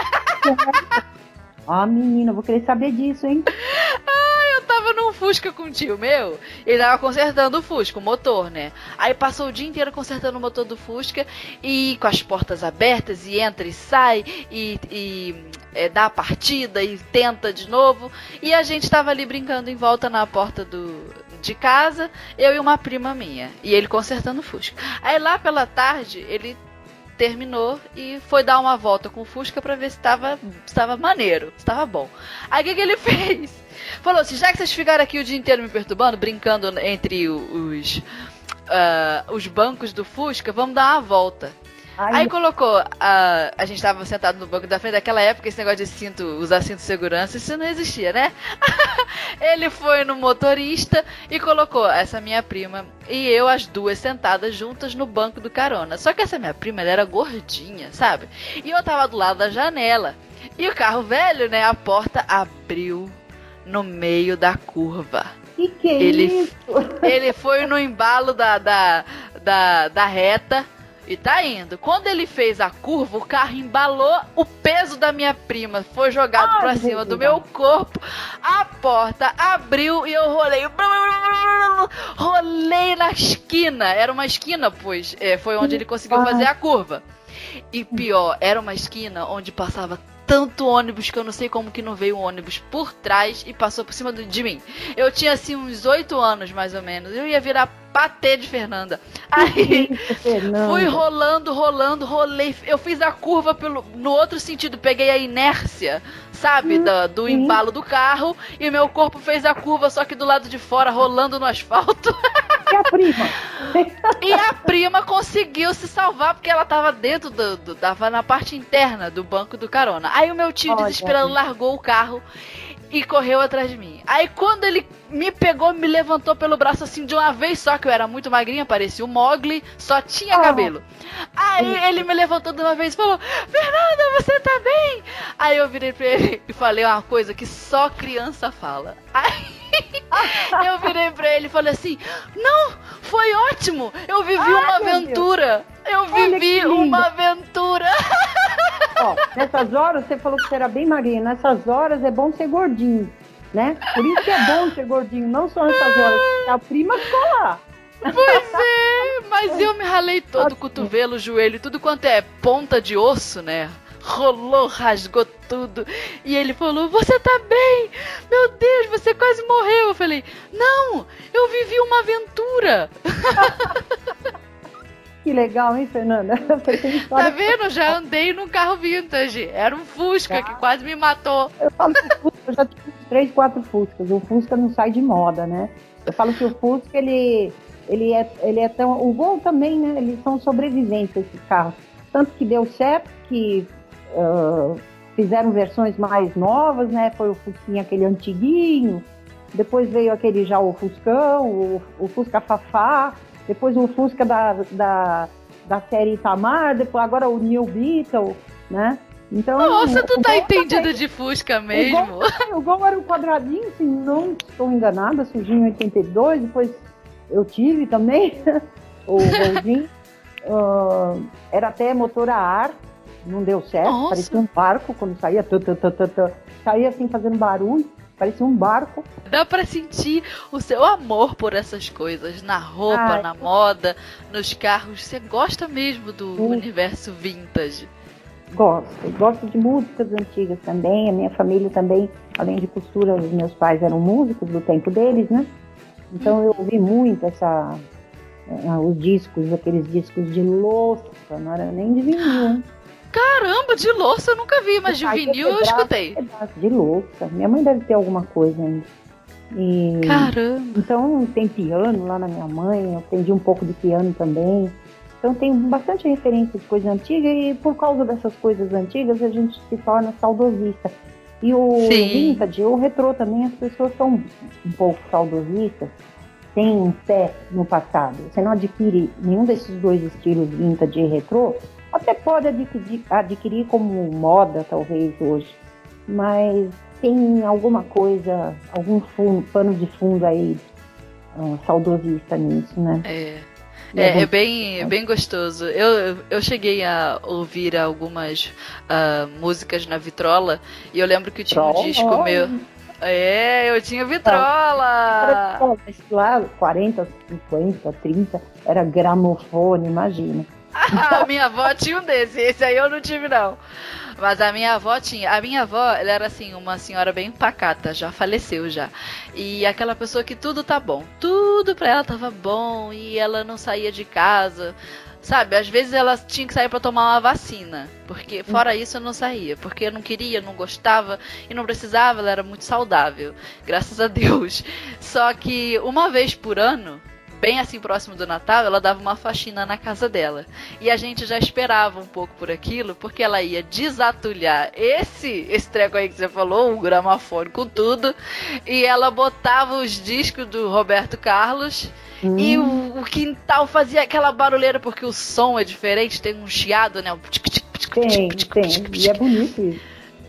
Ah, menina, eu vou querer saber disso, hein? Eu tava num Fusca com um tio meu, ele tava consertando o Fusca, o motor, né? Aí passou o dia inteiro consertando o motor do Fusca e com as portas abertas e entra e sai e, e é, dá a partida e tenta de novo. E a gente tava ali brincando em volta na porta do, de casa, eu e uma prima minha, e ele consertando o Fusca. Aí lá pela tarde, ele terminou e foi dar uma volta com o Fusca pra ver se tava, se tava maneiro, se tava bom. Aí o que, que ele fez? Falou assim, já que vocês ficaram aqui o dia inteiro me perturbando, brincando entre os, uh, os bancos do Fusca, vamos dar uma volta. Ai, Aí colocou, uh, a gente tava sentado no banco da frente, daquela época esse negócio de cinto, usar cinto de segurança, isso não existia, né? Ele foi no motorista e colocou essa minha prima e eu, as duas sentadas juntas no banco do carona. Só que essa minha prima, ela era gordinha, sabe? E eu tava do lado da janela. E o carro velho, né, a porta abriu no meio da curva. que que é Ele, isso? ele foi no embalo da, da, da, da reta e tá indo. Quando ele fez a curva, o carro embalou, o peso da minha prima foi jogado Ai, pra que cima do legal. meu corpo. A porta abriu e eu rolei. Rolei na esquina. Era uma esquina, pois. É, foi onde ele conseguiu fazer a curva. E pior, era uma esquina onde passava tanto ônibus que eu não sei como que não veio um ônibus por trás e passou por cima do, de mim. Eu tinha assim uns oito anos mais ou menos. Eu ia virar patê de Fernanda. Aí Isso, Fernanda. fui rolando, rolando, rolei. Eu fiz a curva pelo, no outro sentido. Peguei a inércia, sabe, da, do sim. embalo do carro. E meu corpo fez a curva, só que do lado de fora, rolando no asfalto. E a prima? E a prima conseguiu se salvar porque ela tava dentro do, do tava na parte interna do banco do carona. Aí o meu tio, Olha. desesperado, largou o carro e correu atrás de mim. Aí quando ele me pegou, me levantou pelo braço assim de uma vez só, que eu era muito magrinha, parecia o Mogli, só tinha Oh. cabelo. Aí ele me levantou de uma vez e falou: Fernanda, você tá bem? Aí eu virei pra ele e falei uma coisa que só criança fala. Aí eu virei pra ele e falei assim: não, foi ótimo, eu vivi Ai, uma meu aventura. Eu Olha que vivi lindo. uma aventura. Ó, nessas horas, você falou que você era bem magrinha. Nessas horas é bom ser gordinho, né? Por isso que é bom ser gordinho, não só nessas horas. A prima ficou lá. Pois é, Mas eu me ralei todo, o cotovelo, o joelho, tudo quanto é ponta de osso, né? Rolou, rasgou tudo. E ele falou, você tá bem? Meu Deus, você quase morreu. Eu falei, não, eu vivi uma aventura. Que legal, hein, Fernanda? Tá vendo? Já andei num carro vintage. Era um Fusca que quase me matou. Eu falo que o Fusca, eu já tive três, quatro Fuscas. O Fusca não sai de moda, né? Eu falo que o Fusca, ele, ele, é, ele é tão... O Gol também, né? Eles são sobreviventes, esses carros. Tanto que deu certo que uh, fizeram versões mais novas, né? Foi o Fusquinha, aquele antiguinho. Depois veio aquele já o Fuscão, o, o Fusca Fafá. Depois o Fusca da, da, da série Itamar, depois agora o New Beetle, né? Então, nossa, tu tá entendida de Fusca mesmo. O Gol, o Gol era um quadradinho, se não estou enganada, surgiu em oitenta e dois, depois eu tive também o Golzinho. uh, era até motor a ar, não deu certo, nossa. Parecia um barco quando saía, tã, tã, tã, tã, saía assim fazendo barulho. Parecia um barco. Dá pra sentir o seu amor por essas coisas, na roupa, Ai, na moda, nos carros. Você gosta mesmo do sim. universo vintage? Gosto. Gosto de músicas antigas também. A minha família também, além de costura, os meus pais eram músicos do tempo deles, né? Então hum. eu ouvi muito essa, uh, os discos, aqueles discos de louça, não era nem de vinil, hein? Caramba, de louça eu nunca vi, mas de vinil eu escutei. De louça. Minha mãe deve ter alguma coisa ainda. E... Caramba. Então tem piano lá na minha mãe, eu aprendi um pouco de piano também. Então tem bastante referência de coisa antiga e por causa dessas coisas antigas a gente se torna saudosista. E o Sim. vintage, o retrô também, as pessoas são um pouco saudosistas, tem um pé no passado. Você não adquire nenhum desses dois estilos vintage e retrô, até pode adquirir, adquirir como moda, talvez, hoje. Mas tem alguma coisa, algum fundo, pano de fundo aí, uh, saudosista nisso, né? É, é, é, bem, é bem gostoso. Eu, eu cheguei a ouvir algumas uh, músicas na vitrola e eu lembro que tinha um disco oh. meu... É, eu tinha vitrola! Lá, quarenta, cinquenta, trinta, era gramofone, imagina. A minha avó tinha um desse, esse aí eu não tive não. Mas a minha avó tinha, a minha avó, ela era assim, uma senhora bem pacata, já faleceu já. E aquela pessoa que tudo tá bom, tudo pra ela tava bom e ela não saía de casa. Sabe, às vezes ela tinha que sair pra tomar uma vacina, porque fora isso eu não saía, porque eu não queria, não gostava e não precisava, ela era muito saudável, graças a Deus. Só que uma vez por ano, bem assim próximo do Natal, ela dava uma faxina na casa dela. E a gente já esperava um pouco por aquilo, porque ela ia desatulhar esse, esse treco aí que você falou, o gramofone com tudo, e ela botava os discos do Roberto Carlos. Hum. E o, o quintal fazia aquela barulheira, porque o som é diferente, tem um chiado, né? Tem, tem, e é bonito isso.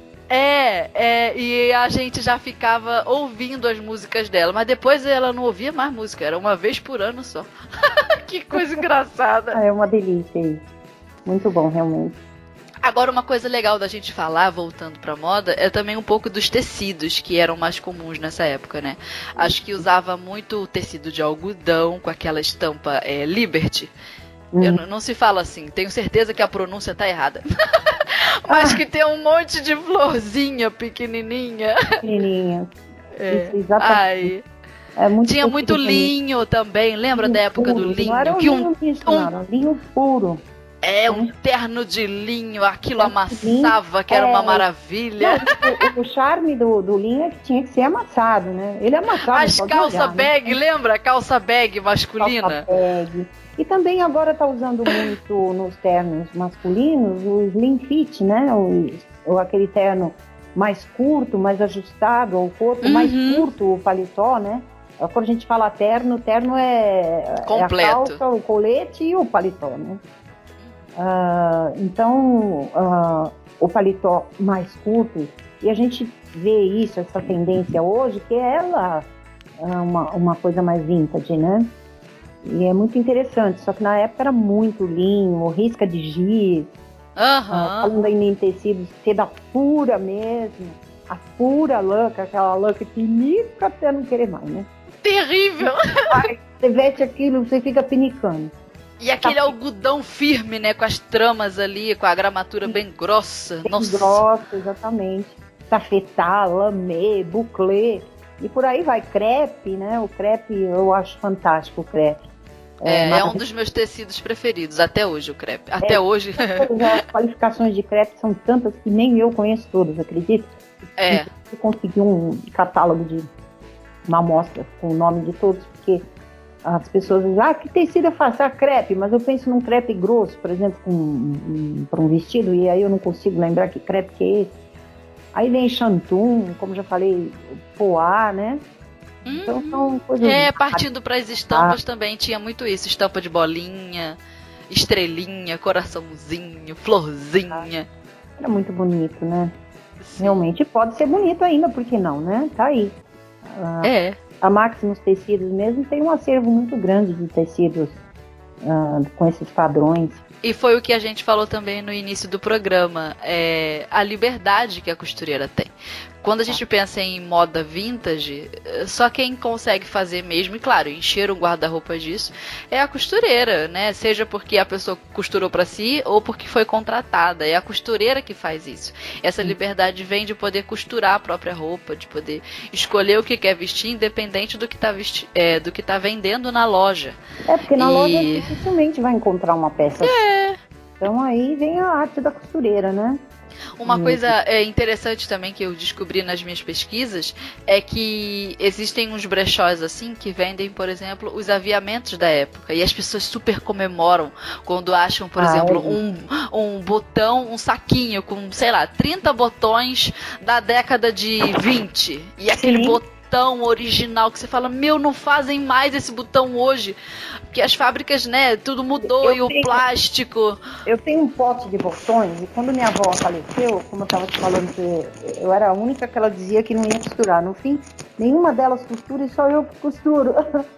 É, é, e a gente já ficava ouvindo as músicas dela, mas depois ela não ouvia mais música, era uma vez por ano só. Que coisa engraçada. É uma delícia isso. Muito bom, realmente. Agora, uma coisa legal da gente falar, voltando pra moda, é também um pouco dos tecidos que eram mais comuns nessa época, né? Acho que usava muito o tecido de algodão com aquela estampa é, Liberty. Hum. Eu, não se fala assim, tenho certeza que a pronúncia tá errada. Mas ah. que tem um monte de florzinha pequenininha. Pequenininha. É. Isso, exatamente. Ai. É muito Tinha muito linho também, lembra linho da época puro. do linho? Não era um que linho um, misto, um... Não, linho puro. É, um terno de linho, aquilo amassava, que era é, uma maravilha. Não, o, o charme do, do linho é que tinha que ser amassado, né? Ele amassava. As calça olhar, bag, né? Lembra? Calça bag masculina? Calça bag. E também agora tá usando muito nos ternos masculinos o slim fit, né? O, ou aquele terno mais curto, mais ajustado ao corpo, uhum. mais curto o paletó, né? Quando a gente fala terno, terno é, é a calça, o colete e o paletó, né? Uh, então, uh, o paletó mais curto, e a gente vê isso, essa tendência hoje, que é ela uh, uma, uma coisa mais vintage, né? E é muito interessante, só que na época era muito linho, risca de giz, uhum. uh, falando ainda em tecidos, seda pura mesmo, a pura lã, aquela lã que pinica até não querer mais, né? Terrível! Aí, você veste aquilo, você fica pinicando. E aquele tá... algodão firme, né? Com as tramas ali, com a gramatura bem grossa. Bem Nossa. grossa, exatamente. Tafetá, lamê, buclê. E por aí vai. Crepe, né? O crepe, eu acho fantástico o crepe. É, é, é um dos meus tecidos preferidos, até hoje o crepe. Até é, hoje. As qualificações de crepe são tantas que nem eu conheço todas, acredita? É. Eu consegui um catálogo de uma amostra com o nome de todos, porque as pessoas dizem, ah, que tecido eu faço? Ah, crepe, mas eu penso num crepe grosso, por exemplo, com, um, para um vestido, e aí eu não consigo lembrar que crepe que é esse. Aí vem chantum, como já falei, poá, né? Então hum, são coisas... É, partindo para as estampas ah. também tinha muito isso, estampa de bolinha, estrelinha, coraçãozinho, florzinha. Era muito bonito, né? Sim. Realmente pode ser bonito ainda, por que não, né? Tá aí. Ah, é. A Maximus Tecidos mesmo tem um acervo muito grande de tecidos uh, com esses padrões. E foi o que a gente falou também no início do programa, é a liberdade que a costureira tem. Quando a gente pensa em moda vintage, só quem consegue fazer mesmo, e claro, encher um guarda-roupa disso, é a costureira, né? Seja porque a pessoa costurou para si ou porque foi contratada. É a costureira que faz isso. Essa liberdade vem de poder costurar a própria roupa, de poder escolher o que quer vestir, independente do que está vesti- é, do que tá vendendo na loja. É, porque na e... loja dificilmente vai encontrar uma peça é. assim. Então aí vem a arte da costureira, né? Uma coisa é, interessante também que eu descobri nas minhas pesquisas é que existem uns brechós assim que vendem, por exemplo, os aviamentos da época. E as pessoas super comemoram quando acham, por ah, exemplo, é. um, um botão, um saquinho com, sei lá, trinta botões da década de vinte. E aquele Sim. botão original que você fala, meu, não fazem mais esse botão hoje. Porque as fábricas, né, tudo mudou eu e tenho, o plástico. Eu tenho um pote de botões e quando minha avó faleceu, como eu estava te falando, que eu era a única que ela dizia que não ia costurar. No fim, nenhuma delas costura e só eu que costuro.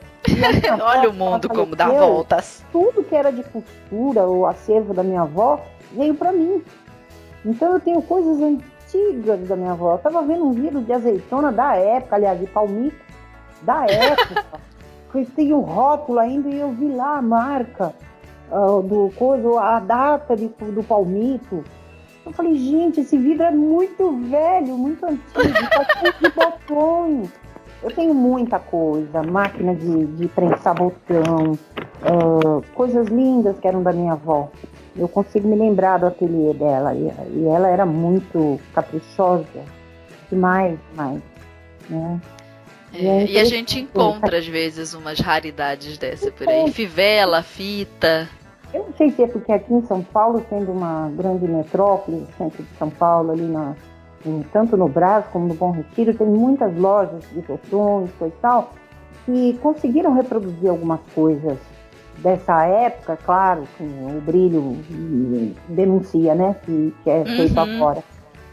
Olha o mundo como dá voltas. Tudo que era de costura, o acervo da minha avó, veio para mim. Então eu tenho coisas antigas da minha avó. Eu estava vendo um vidro de azeitona da época, aliás, de palmito, da época. Tem o rótulo ainda e eu vi lá a marca uh, do coisa, a data de, do palmito. Eu falei, gente, esse vidro é muito velho, muito antigo, tá cheio de botões. Eu tenho muita coisa, máquina de, de prensar botão, uh, coisas lindas que eram da minha avó. Eu consigo me lembrar do ateliê dela e, e ela era muito caprichosa, demais, demais, né? É, e a gente encontra às vezes umas raridades dessa por aí, fivela, fita. Eu não sei se é porque aqui em São Paulo, sendo uma grande metrópole, centro de São Paulo, ali na, em, tanto no Brás como no Bom Retiro, tem muitas lojas de botões e tal, que conseguiram reproduzir algumas coisas dessa época, claro, com o brilho denuncia, né, que, que é feito uhum. agora.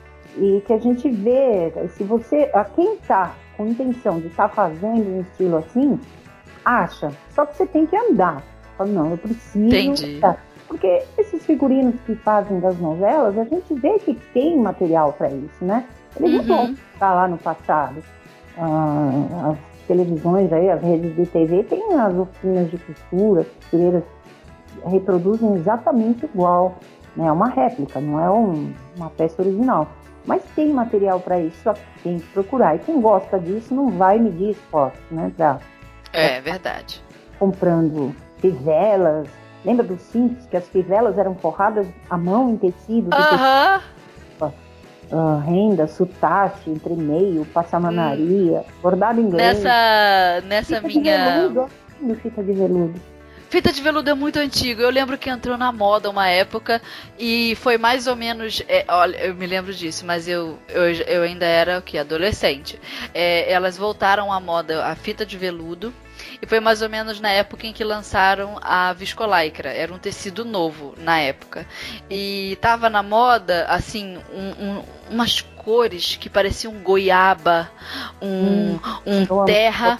E que a gente vê, se você, a quem está com intenção de estar tá fazendo um estilo assim, acha, só que você tem que andar. Fala, não, eu preciso. Entendi. Tá. Porque esses figurinos que fazem das novelas, a gente vê que tem material para isso, né? Eles não vão ficar lá no passado. Ah, as televisões aí, as redes de T V, tem as oficinas de costura, as costureiras reproduzem exatamente igual. Né? É uma réplica, não é um, uma peça original. Mas tem material para isso, só que tem que procurar. E quem gosta disso não vai medir esforço, né? Pra, é pra verdade. Comprando fivelas. Lembra dos cintos, que as fivelas eram forradas à mão em tecido? Aham. Uh-huh. Uh, renda, sutache, entremeio, passamanaria, hum. bordado inglês. Nessa, nessa fita minha... De veludo, ó, fita de veludo. Fita de veludo é muito antigo. Eu lembro que entrou na moda uma época e foi mais ou menos... É, olha, eu me lembro disso, mas eu, eu, eu ainda era o que? Adolescente. É, elas voltaram à moda, a fita de veludo. E foi mais ou menos na época em que lançaram a viscolaicra. Era um tecido novo na época. E tava na moda, assim, um, um, umas cores que pareciam goiaba, um, hum, um terra...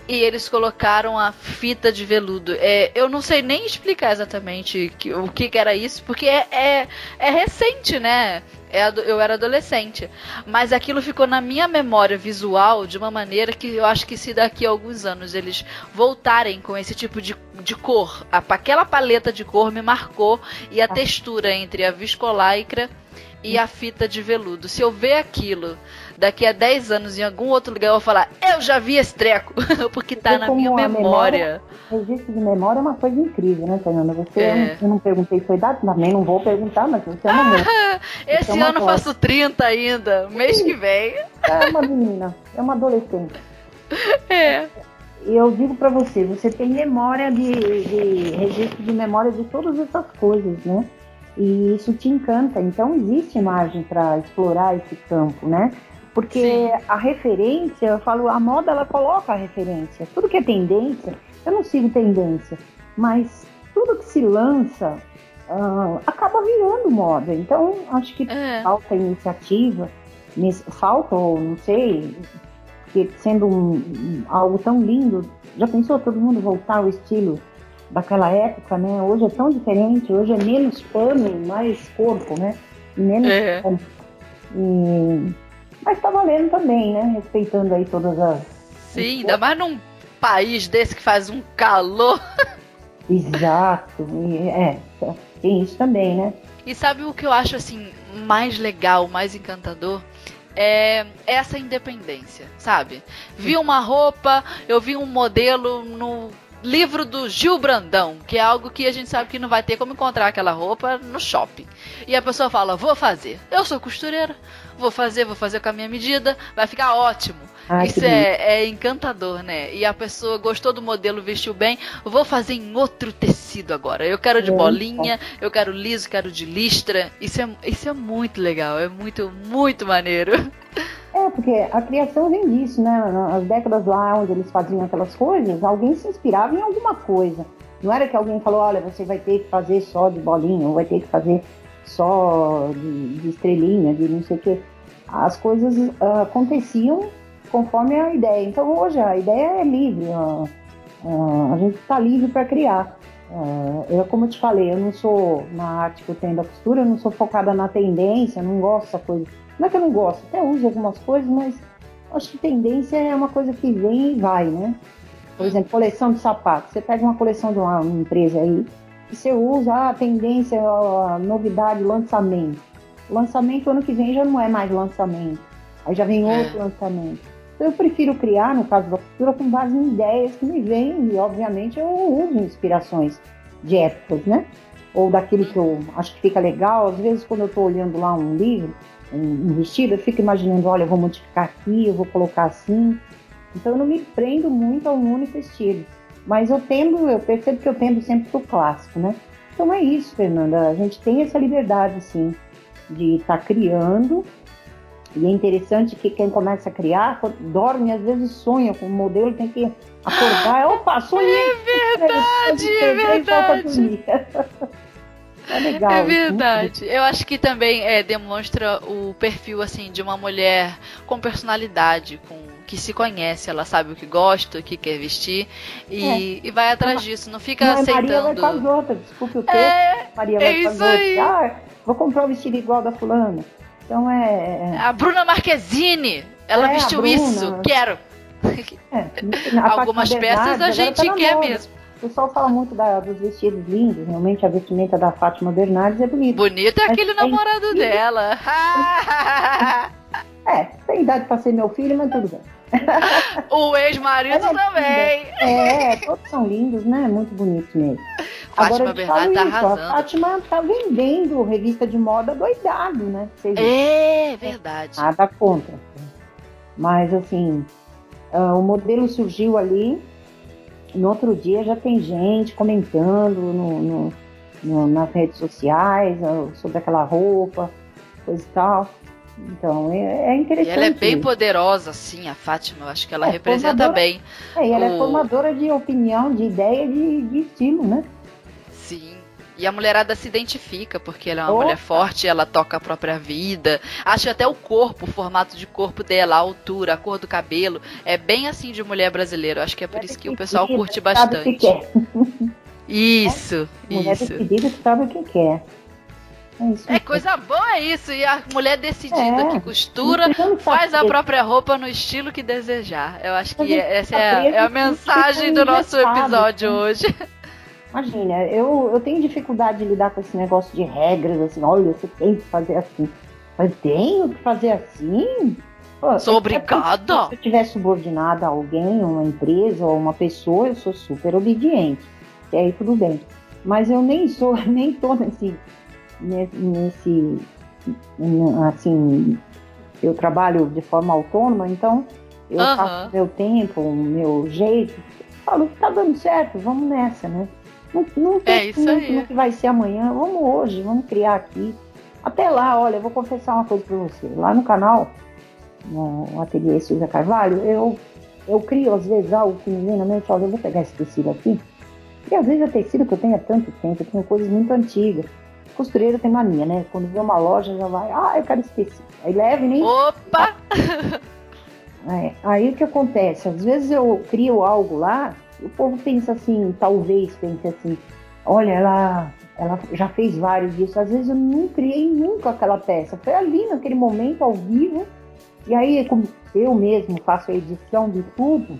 e eles colocaram a fita de veludo. É, eu não sei nem explicar exatamente que, o que, que era isso, porque é, é, é recente, né? É, eu era adolescente. Mas aquilo ficou na minha memória visual de uma maneira que eu acho que se daqui a alguns anos eles voltarem com esse tipo de, de cor, a, aquela paleta de cor me marcou, e a ah. textura entre a viscolaicra e a fita de veludo. Se eu ver aquilo daqui a dez anos em algum outro lugar, eu vou falar, eu já vi esse treco, porque tá na minha memória. Registro de memória é uma coisa incrível, né, Fernanda? Você, é. eu, não, eu não perguntei sua idade, também não vou perguntar, mas você é uma moça. Esse é ano eu faço trinta ainda, mês que vem. É uma menina, é uma adolescente. É. E eu digo pra você, você tem memória de, de registro de memória de todas essas coisas, né? E isso te encanta, então existe margem para explorar esse campo, né? Porque Sim. a referência, eu falo, a moda ela coloca a referência. Tudo que é tendência, eu não sigo tendência, mas tudo que se lança uh, acaba virando moda. Então, acho que é. falta iniciativa, falta, ou não sei, que sendo um, algo tão lindo, já pensou todo mundo voltar ao estilo daquela época, né? Hoje é tão diferente, hoje é menos pano e mais corpo, né? E menos é. pano. E... Mas tá valendo também, né? Respeitando aí todas as... Sim, ainda mais num país desse que faz um calor. Exato. E, é, tem isso também, né? E sabe o que eu acho, assim, mais legal, mais encantador? É essa independência, sabe? Vi uma roupa, eu vi um modelo no livro do Gil Brandão, que é algo que a gente sabe que não vai ter como encontrar aquela roupa no shopping. E a pessoa fala, vou fazer. Eu sou costureira, vou fazer, vou fazer com a minha medida, vai ficar ótimo. Ah, Isso é, é encantador, né? E a pessoa gostou do modelo, vestiu bem, vou fazer em outro tecido agora. Eu quero de bolinha, eu quero liso, quero de listra. Isso é, isso é muito legal, é muito, muito maneiro. É, porque a criação vem disso, né? Nas décadas lá onde eles faziam aquelas coisas, alguém se inspirava em alguma coisa. Não era que alguém falou, olha, você vai ter que fazer só de bolinha, ou vai ter que fazer só de, de estrelinha, de não sei o quê. As coisas uh, aconteciam conforme a ideia. Então hoje a ideia é livre, uh, uh, a gente está livre para criar. Uh, eu, como eu te falei, eu não sou, na arte que eu tenho da costura, eu não sou focada na tendência, não gosto dessa coisa. Não é que eu não gosto, até uso algumas coisas, mas acho que tendência é uma coisa que vem e vai, né? Por exemplo, coleção de sapatos. Você pega uma coleção de uma, uma empresa aí, e você usa a tendência, a novidade, lançamento. O lançamento ano que vem já não é mais lançamento. Aí já vem outro é. lançamento. Então eu prefiro criar, no caso da costura, com base em ideias que me vêm, e obviamente eu uso inspirações de épocas, né? Ou daquilo que eu acho que fica legal. Às vezes quando eu estou olhando lá um livro, um vestido, eu fico imaginando, olha, eu vou modificar aqui, eu vou colocar assim. Então eu não me prendo muito a um único estilo. Mas eu tendo, eu percebo que eu tendo sempre pro clássico, né? Então é isso, Fernanda. A gente tem essa liberdade, sim, de estar tá criando. E é interessante que quem começa a criar, dorme, às vezes sonha com o modelo, tem que acordar. Opa, sonhei! É verdade, é verdade. É legal. É verdade. Eu acho que também é, demonstra o perfil assim de uma mulher com personalidade, com que se conhece, ela sabe o que gosta, o que quer vestir e, é. e vai atrás disso, não fica não, aceitando. Maria vai com as outras, desculpe o texto. É, Maria vai é com as isso aí. Ah, vou comprar um vestido igual da fulana. Então é. A Bruna Marquezine, ela é, vestiu isso, quero. É, algumas peças a gente tá quer moda. Mesmo. O pessoal fala muito da, dos vestidos lindos, realmente a vestimenta da Fátima Bernardes é bonita. Bonito é aquele mas, namorado é... dela. É, tem idade para ser meu filho, mas tudo bem. O ex-marido é também. É, todos são lindos, né? Muito bonitos mesmo. Fátima Bernardes tá isso, arrasando. A Fátima tá vendendo revista de moda doidado, né? Seja, é verdade. Nada contra. Mas assim, uh, o modelo surgiu ali. No outro dia já tem gente comentando no, no, no, nas redes sociais sobre aquela roupa, coisa e tal. Então, é, é interessante. E ela é bem poderosa, sim, a Fátima. Eu acho que ela é, representa bem. É, e ela o... é formadora de opinião, de ideia, de, de estilo, né? Sim. E a mulherada se identifica, porque ela é uma Opa. mulher forte, ela toca a própria vida. Acho até o corpo, o formato de corpo dela, a altura, a cor do cabelo. É bem assim de mulher brasileira. Acho que é por isso que o pessoal curte bastante. Isso, mulher isso. decidida que sabe o que quer. É, isso é coisa boa isso. E a mulher decidida é, que costura, faz a própria roupa no estilo que desejar. Eu acho que essa é a, é a mensagem do nosso episódio né? hoje. Imagina, eu, eu tenho dificuldade de lidar com esse negócio de regras, assim, olha, você tem que fazer assim. Mas tenho que fazer assim? Pô, sou obrigada. Se eu estiver subordinada a alguém, uma empresa ou uma pessoa, eu sou super obediente. E aí tudo bem. Mas eu nem sou, nem tô nesse, nesse, assim, eu trabalho de forma autônoma, então eu uhum. faço meu tempo, o meu jeito. Falo que tá dando certo, vamos nessa, né? Não, não tem é isso aí. No que vai ser amanhã, vamos hoje, vamos criar aqui. Até lá, olha, eu vou confessar uma coisa pra você. Lá no canal, no ateliê Silvia Carvalho, eu, eu crio às vezes algo que me vem na mente, olha, eu vou pegar esse tecido aqui. E às vezes é tecido que eu tenho há tanto tempo, eu tenho coisas muito antigas. Costureira tem mania, né? Quando vê uma loja já vai, ah, eu quero esse tecido. Aí leva e nem... Opa! É, aí o que acontece? Às vezes eu crio algo lá, o povo pensa assim, talvez pense assim, olha, ela, ela já fez vários disso. Às vezes eu não criei nunca aquela peça. Foi ali, naquele momento, ao vivo. E aí, como eu mesmo faço a edição de tudo,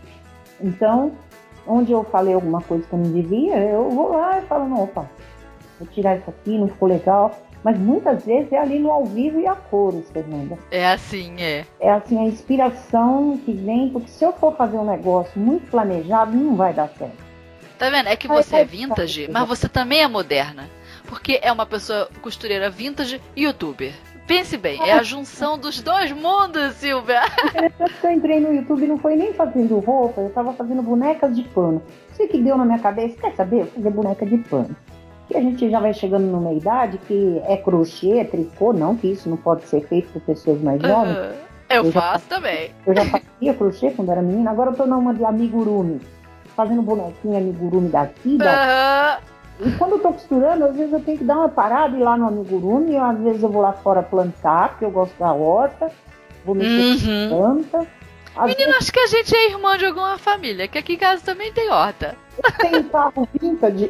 então, onde eu falei alguma coisa que eu não devia, eu vou lá e falo, não, opa, vou tirar isso aqui, não ficou legal. Mas muitas vezes é ali no ao vivo e a cores, Fernanda. É assim, é. É assim, a inspiração que vem, porque se eu for fazer um negócio muito planejado, não vai dar certo. Tá vendo? É que você é vintage, mas você também é moderna. Porque é uma pessoa costureira vintage e youtuber. Pense bem, é a junção dos dois mundos, Silvia. Interessante que eu entrei no YouTube e não foi nem fazendo roupa, eu tava fazendo bonecas de pano. Não sei o que deu na minha cabeça, quer saber? Eu fazer boneca de pano. Que a gente já vai chegando numa idade que é crochê, é tricô, não que isso não pode ser feito por pessoas mais jovens. Uhum. Eu, eu faço já, também. Eu já fazia crochê quando era menina, agora eu tô numa de amigurumi, fazendo bonequinho amigurumi daqui, daqui. Uhum. E quando eu tô costurando, às vezes eu tenho que dar uma parada e ir lá no amigurumi, às vezes eu vou lá fora plantar, porque eu gosto da horta, vou mexer uhum. com planta. Menina, vezes... acho que a gente é irmã de alguma família, que aqui em casa também tem horta. Eu tenho carro vintage.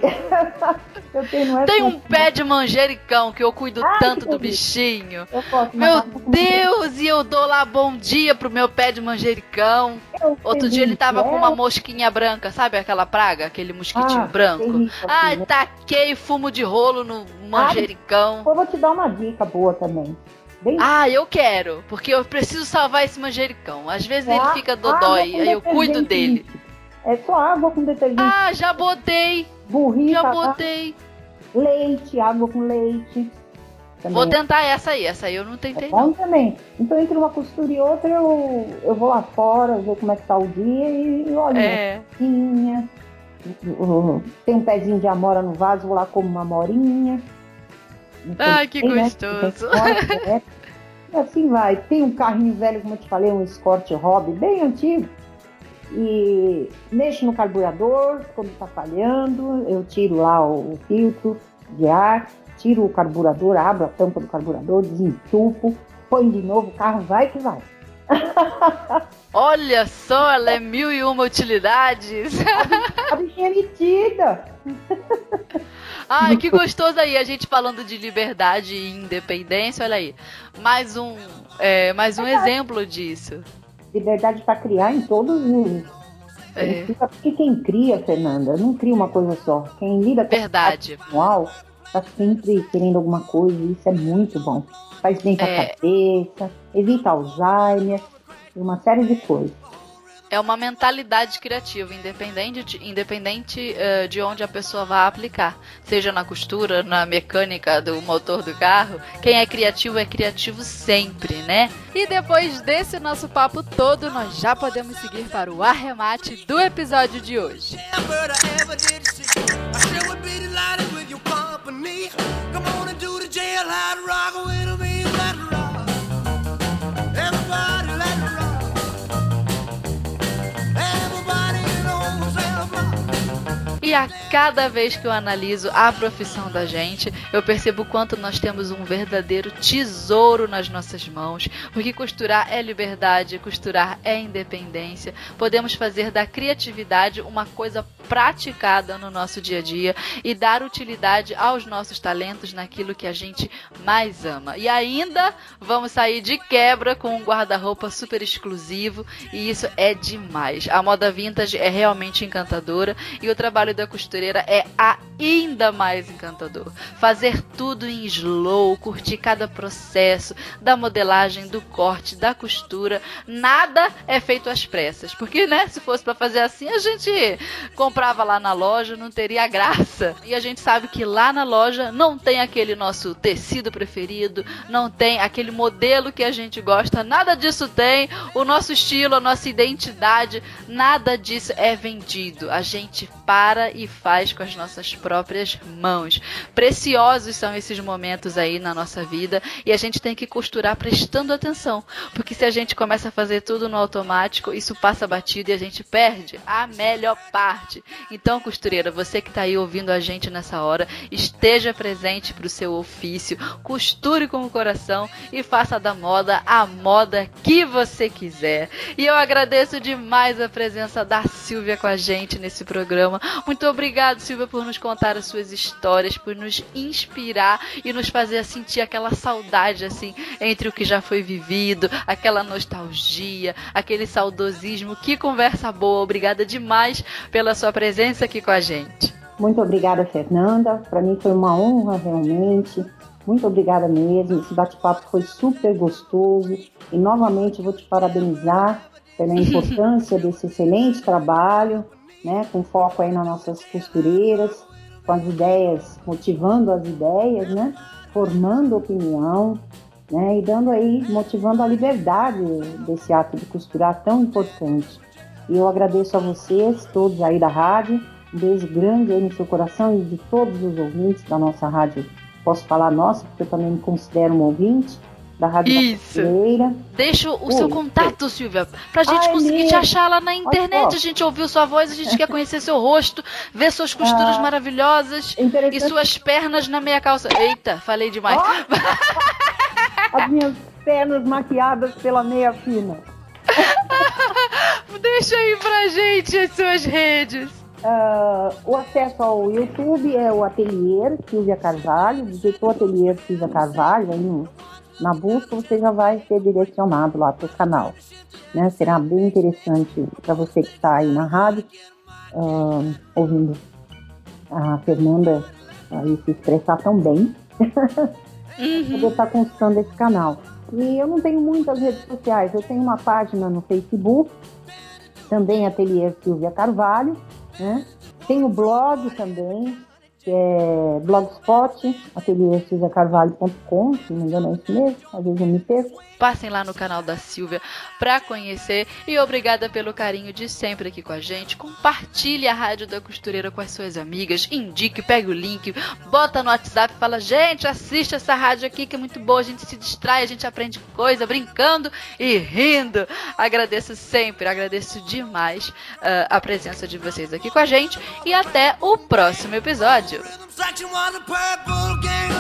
eu tenho, não é tem um pé de manjericão que eu cuido Ai, tanto do bichinho. Meu Deus, e eu dou lá bom dia pro meu pé de manjericão. Eu Outro dia ele tava é. com uma mosquinha branca, sabe aquela praga? Aquele mosquitinho ah, branco. Isso, Ai, assim, né? Taquei fumo de rolo no manjericão. Ah, eu vou te dar uma dica boa também. Bem... Ah, eu quero, porque eu preciso salvar esse manjericão. Às vezes é, ele fica dodói, aí eu cuido dele. Líquido. É só água com detergente. Ah, já botei. Burrita, já botei. Leite, água com leite. Também. Vou tentar essa aí, essa aí eu não tentei é bom não. também. Então entre uma costura e outra eu, eu vou lá fora, ver como é que tá o dia e olha, é. Morinha, tem um pezinho de amora no vaso, vou lá como uma amorinha. Ai, que tem, gostoso. Né? E assim vai. Tem um carrinho velho, como eu te falei, um Escort Hobby, bem antigo. E mexo no carburador, quando está falhando, eu tiro lá o, o filtro de ar, tiro o carburador, abro a tampa do carburador, desentupo, põe de novo, o carro vai que vai. Olha só, ela é mil e uma utilidades. A bichinha é metida. Ai, que gostoso aí, a gente falando de liberdade e independência, olha aí. Mais um, é, mais um exemplo disso. Liberdade para criar em todos os... É. Porque quem cria, Fernanda, não cria uma coisa só. Quem lida com Verdade. manual está sempre querendo alguma coisa e isso é muito bom. Faz bem para a é. cabeça, evita Alzheimer, uma série de coisas. É uma mentalidade criativa, independente, de, independente uh, de onde a pessoa vá aplicar. Seja na costura, na mecânica do motor do carro. Quem é criativo é criativo sempre, né? E depois desse nosso papo todo, nós já podemos seguir para o arremate do episódio de hoje. E a cada vez que eu analiso a profissão da gente, eu percebo o quanto nós temos um verdadeiro tesouro nas nossas mãos, porque costurar é liberdade, costurar é independência. Podemos fazer da criatividade uma coisa praticada no nosso dia a dia e dar utilidade aos nossos talentos naquilo que a gente mais ama. E ainda vamos sair de quebra com um guarda-roupa super exclusivo, e isso é demais. A moda vintage é realmente encantadora e o trabalho da costureira é ainda mais encantador. Fazer tudo em slow, curtir cada processo da modelagem, do corte, da costura, nada é feito às pressas, porque, né, se fosse para fazer assim, a gente comprava lá na loja, não teria graça. E a gente sabe que lá na loja não tem aquele nosso tecido preferido, não tem aquele modelo que a gente gosta, nada disso tem, o nosso estilo, a nossa identidade, nada disso é vendido. A gente para e faz com as nossas próprias mãos. Preciosos são esses momentos aí na nossa vida e a gente tem que costurar prestando atenção, porque se a gente começa a fazer tudo no automático, isso passa batido e a gente perde a melhor parte. Então, costureira, você que está aí ouvindo a gente nessa hora, esteja presente para o seu ofício, costure com o coração e faça da moda a moda que você quiser. E eu agradeço demais a presença da Silvia com a gente nesse programa. Muito obrigado, Silvia, por nos contar as suas histórias, por nos inspirar e nos fazer sentir aquela saudade, assim, entre o que já foi vivido, aquela nostalgia, aquele saudosismo. Que conversa boa. Obrigada demais pela sua presença aqui com a gente. Muito obrigada, Fernanda. Para mim foi uma honra, realmente. Muito obrigada mesmo. Esse bate-papo foi super gostoso. E, novamente, vou te parabenizar pela importância desse excelente trabalho, né, com foco aí nas nossas costureiras, com as ideias, motivando as ideias, né, formando opinião, né, e dando aí, motivando a liberdade desse ato de costurar tão importante. E eu agradeço a vocês, todos aí da rádio, um beijo grande aí no seu coração e de todos os ouvintes da nossa rádio. Posso falar nossa, porque eu também me considero um ouvinte da Rádio Isso. da Costureira. Deixa o Oi. seu contato, Silvia, pra gente ah, conseguir é te achar lá na internet. Ó, a gente ouviu sua voz, a gente quer conhecer seu rosto, ver suas costuras ah, maravilhosas e suas pernas na meia calça. Eita, falei demais. Oh, as minhas pernas maquiadas pela meia fina. Deixa aí pra gente as suas redes. Uh, o acesso ao YouTube é o Ateliê Silvia Carvalho. Digitou Ateliê Silvia Carvalho aí no, na busca, você já vai ser direcionado lá para o canal, né? Será bem interessante para você que está aí na rádio, uh, ouvindo a Fernanda aí se expressar tão bem. Uhum. Poder estar consultando esse canal. E eu não tenho muitas redes sociais, eu tenho uma página no Facebook, também Ateliê Silvia Carvalho, né? Tem o blog também, que é Blogspot, ateliê silvia carvalho ponto com, se não me engano é isso mesmo, às vezes eu me perco. Passem lá no canal da Silvia para conhecer e obrigada pelo carinho de sempre aqui com a gente. Compartilhe a Rádio da Costureira com as suas amigas, indique, pegue o link, bota no WhatsApp e fala, gente, assiste essa rádio aqui que é muito boa, a gente se distrai, a gente aprende coisa, brincando e rindo. Agradeço sempre, agradeço demais uh, a presença de vocês aqui com a gente e até o próximo episódio.